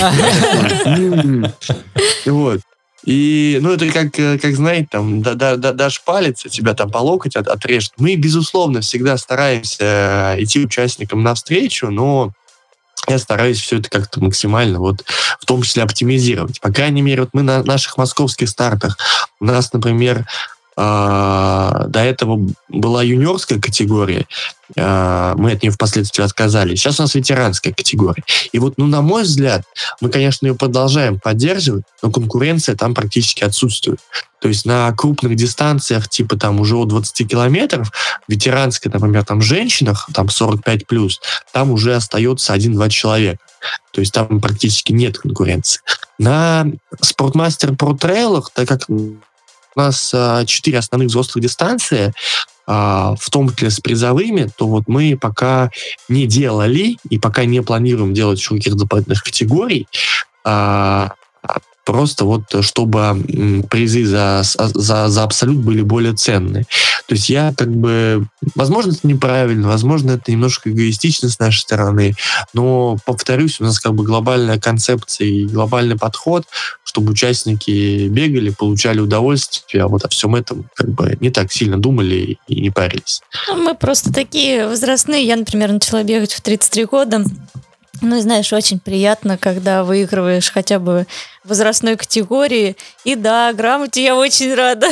E: Вот. И, ну, это как, как знаете, там, да, да, да, дашь палец, тебя там по локоть от, отрежет. Мы, безусловно, всегда стараемся идти участникам навстречу, но я стараюсь все это как-то максимально, вот, в том числе оптимизировать. По крайней мере, вот мы на наших московских стартах, у нас, например, Uh, до этого была юниорская категория, uh, мы от нее впоследствии отказались. Сейчас у нас ветеранская категория. И вот, ну, на мой взгляд, мы, конечно, ее продолжаем поддерживать, но конкуренция там практически отсутствует. То есть на крупных дистанциях, типа там уже от двадцати километров, ветеранская, например, там в женщинах, там сорок пять плюс, там уже остается один-два человека. То есть там практически нет конкуренции. На Sportmaster Pro Trail'ах, так как у нас четыре основных взрослых дистанции, а, в том числе с призовыми, то вот мы пока не делали и пока не планируем делать еще каких-то дополнительных категорий, а, просто вот чтобы призы за, за, за абсолют были более ценные. То есть я как бы... Возможно, это неправильно, возможно, это немножко эгоистично с нашей стороны, но, повторюсь, у нас как бы глобальная концепция и глобальный подход, чтобы участники бегали, получали удовольствие, а вот о всем этом как бы не так сильно думали и не парились.
A: Мы просто такие возрастные. Я, например, начала бегать в тридцать три года. Ну, и знаешь, очень приятно, когда выигрываешь хотя бы в возрастной категории. И да, грамоте я очень рада.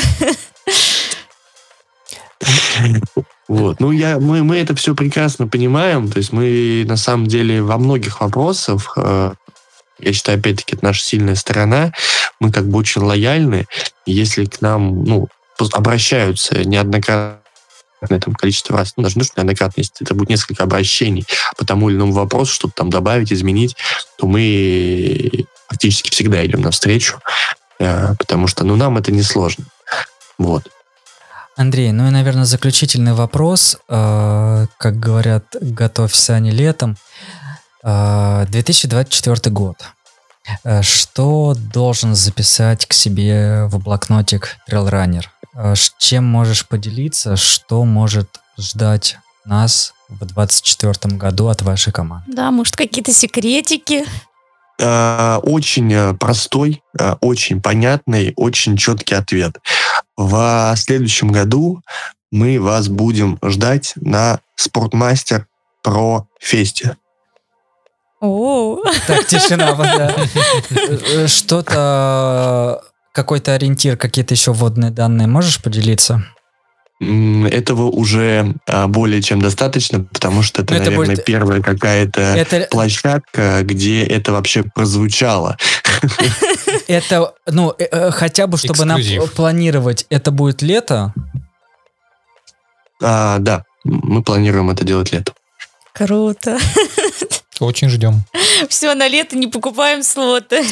E: Вот. Ну, я, мы, мы это все прекрасно понимаем. То есть мы, на самом деле, во многих вопросах, э, я считаю, опять-таки, это наша сильная сторона, мы как бы очень лояльны. И если к нам, ну, обращаются неоднократно, там, количество раз, ну, даже не что неоднократно, если это будет несколько обращений по тому или иному вопросу, что-то там добавить, изменить, то мы практически всегда идем навстречу, потому что, ну, нам это несложно. Вот.
B: Андрей, ну и, наверное, заключительный вопрос. Как говорят, готовься не летом. две тысячи двадцать четвёртый год. Что должен записать к себе в блокнотик трейлранер? С чем можешь поделиться, что может ждать нас в двадцать четвёртом году от вашей команды?
A: Да, может, какие-то секретики?
E: Очень простой, очень понятный, очень четкий ответ. в следующем году мы вас будем ждать на Спортмастер Про Фесте.
A: О,
B: Так, тишина, вот, да. Что-то, какой-то ориентир, какие-то еще вводные данные можешь поделиться?
E: М, Этого уже а, более чем достаточно, потому что это,
B: Ну, это
E: наверное,
B: будет-
E: первая какая-то
B: Это,
E: площадка, где это вообще прозвучало.
B: это, ну, э, э, хотя бы, чтобы нам
C: Эксклюзив.
B: планировать, это будет лето.
E: А, да, мы планируем это делать летом.
A: круто.
C: Очень ждем.
A: Все, на лето не покупаем слоты.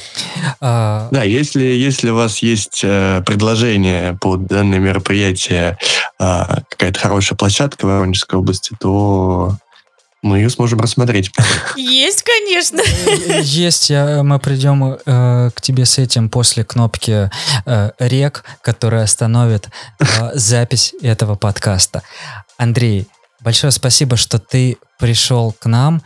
B: А,
E: Да, если, если у вас есть э, предложение под данное мероприятие, э, какая-то хорошая площадка в Воронежской области, то мы ее сможем рассмотреть.
A: Есть, конечно.
B: Есть, я, мы придем э, к тебе с этим после кнопки э, рек, которая остановит э, запись этого подкаста. Андрей, большое спасибо, что ты пришел к нам,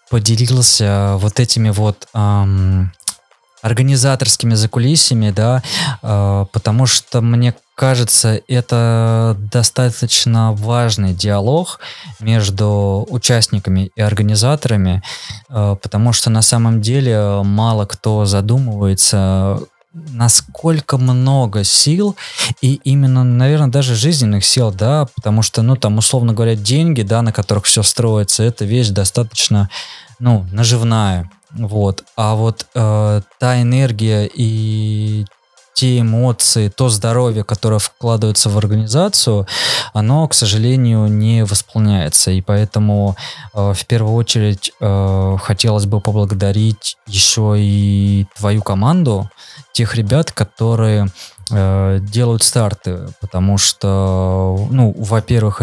B: поделился вот этими вот эм, организаторскими закулисьями, да, э, потому что мне кажется, это достаточно важный диалог между участниками и организаторами, э, потому что на самом деле мало кто задумывается, насколько много сил и именно, наверное, даже жизненных сил, да, потому что, ну, там, условно говоря, деньги, да, на которых все строится, это вещь достаточно, ну, наживная, вот, а вот э, та энергия и те эмоции, то здоровье, которое вкладывается в организацию, оно, к сожалению, не восполняется. И поэтому э, в первую очередь э, хотелось бы поблагодарить еще и твою команду, тех ребят, которые э, делают старты, потому что, ну, во-первых,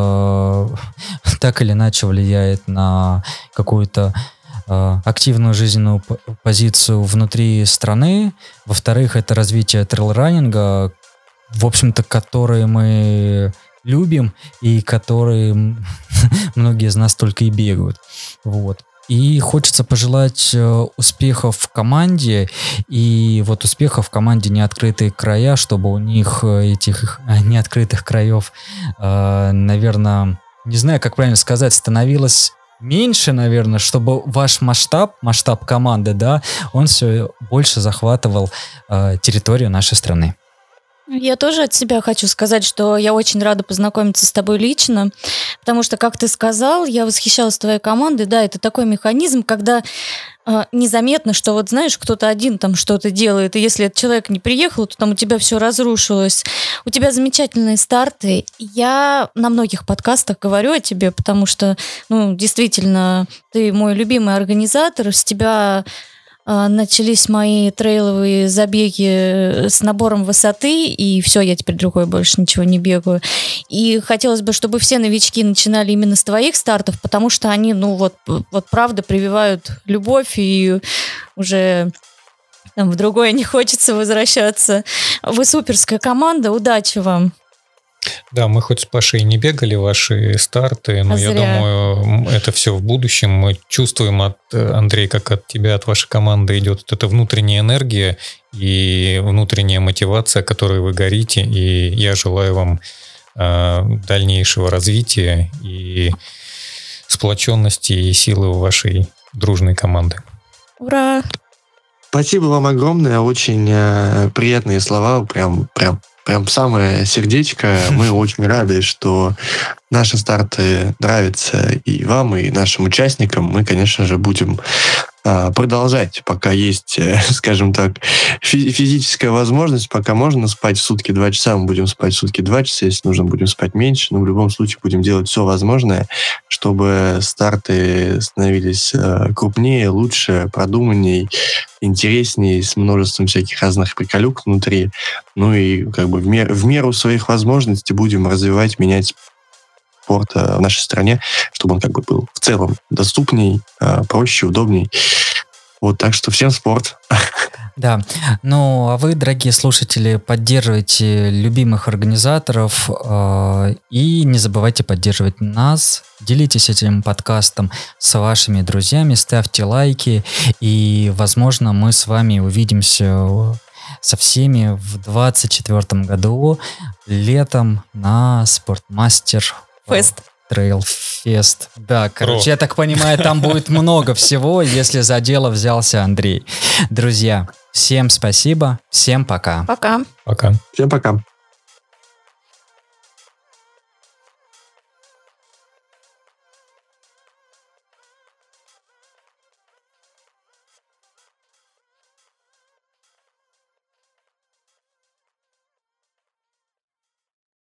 B: это так или иначе влияет на какую-то активную жизненную п- позицию внутри страны. Во-вторых, это развитие трейл-раннинга, в общем-то, которые мы любим и которые м, многие из нас только и бегают. Вот. И хочется пожелать э, успехов в команде, и вот успехов в команде «Неоткрытые края», чтобы у них э, этих э, неоткрытых краев, э, наверное, не знаю, как правильно сказать, становилось меньше, наверное, чтобы ваш масштаб, масштаб команды, да, он все больше захватывал э, территорию нашей страны.
A: Я тоже от себя хочу сказать, что я очень рада познакомиться с тобой лично, потому что, как ты сказал, я восхищалась твоей командой. Да, это такой механизм, когда э, незаметно, что вот знаешь, кто-то один там что-то делает, и если этот человек не приехал, то там у тебя все разрушилось. У тебя замечательные старты. Я на многих подкастах говорю о тебе, потому что, ну, действительно, ты мой любимый организатор, с тебя начались мои трейловые забеги с набором высоты, и все, я теперь другой больше ничего не бегаю. И хотелось бы, чтобы все новички начинали именно с твоих стартов, потому что они, ну вот, вот правда прививают любовь, и уже там в другое не хочется возвращаться. Вы суперская команда, удачи вам.
C: Да, мы хоть с Пашей не бегали ваши старты, но
A: А
C: я
A: зря.
C: думаю, это все в будущем. Мы чувствуем от, Андрей, как от тебя, от вашей команды идет вот эта внутренняя энергия и внутренняя мотивация, которой вы горите. И я желаю вам э, дальнейшего развития и сплоченности и силы у вашей дружной команды.
A: Ура!
E: Спасибо вам огромное, очень э, приятные слова, прям, прям, прям самое сердечко. Мы очень рады, что наши старты нравятся и вам, и нашим участникам. Мы, конечно же, будем э, продолжать, пока есть, э, скажем так, фи- физическая возможность, пока можно спать в сутки два часа, мы будем спать в сутки два часа, если нужно, будем спать меньше, но в любом случае будем делать все возможное, чтобы старты становились э, крупнее, лучше, продуманней, интереснее, с множеством всяких разных приколюк внутри. Ну и как бы в, мер, в меру своих возможностей будем развивать, менять спорт э, в нашей стране, чтобы он как бы был в целом доступней, э, проще, удобней. Вот, так что всем спорт.
B: Да, ну а вы, дорогие слушатели, поддерживайте любимых организаторов э, и не забывайте поддерживать нас, делитесь этим подкастом с вашими друзьями, ставьте лайки, и, возможно, мы с вами увидимся со всеми в двадцать четвёртом году летом на Спортмастер
A: Фест.
B: Трейл Фест. Да, короче,
C: О.
B: я так понимаю, там будет много всего, если за дело взялся Андрей. Друзья, всем спасибо, всем пока.
A: Пока.
C: Пока.
E: Всем пока.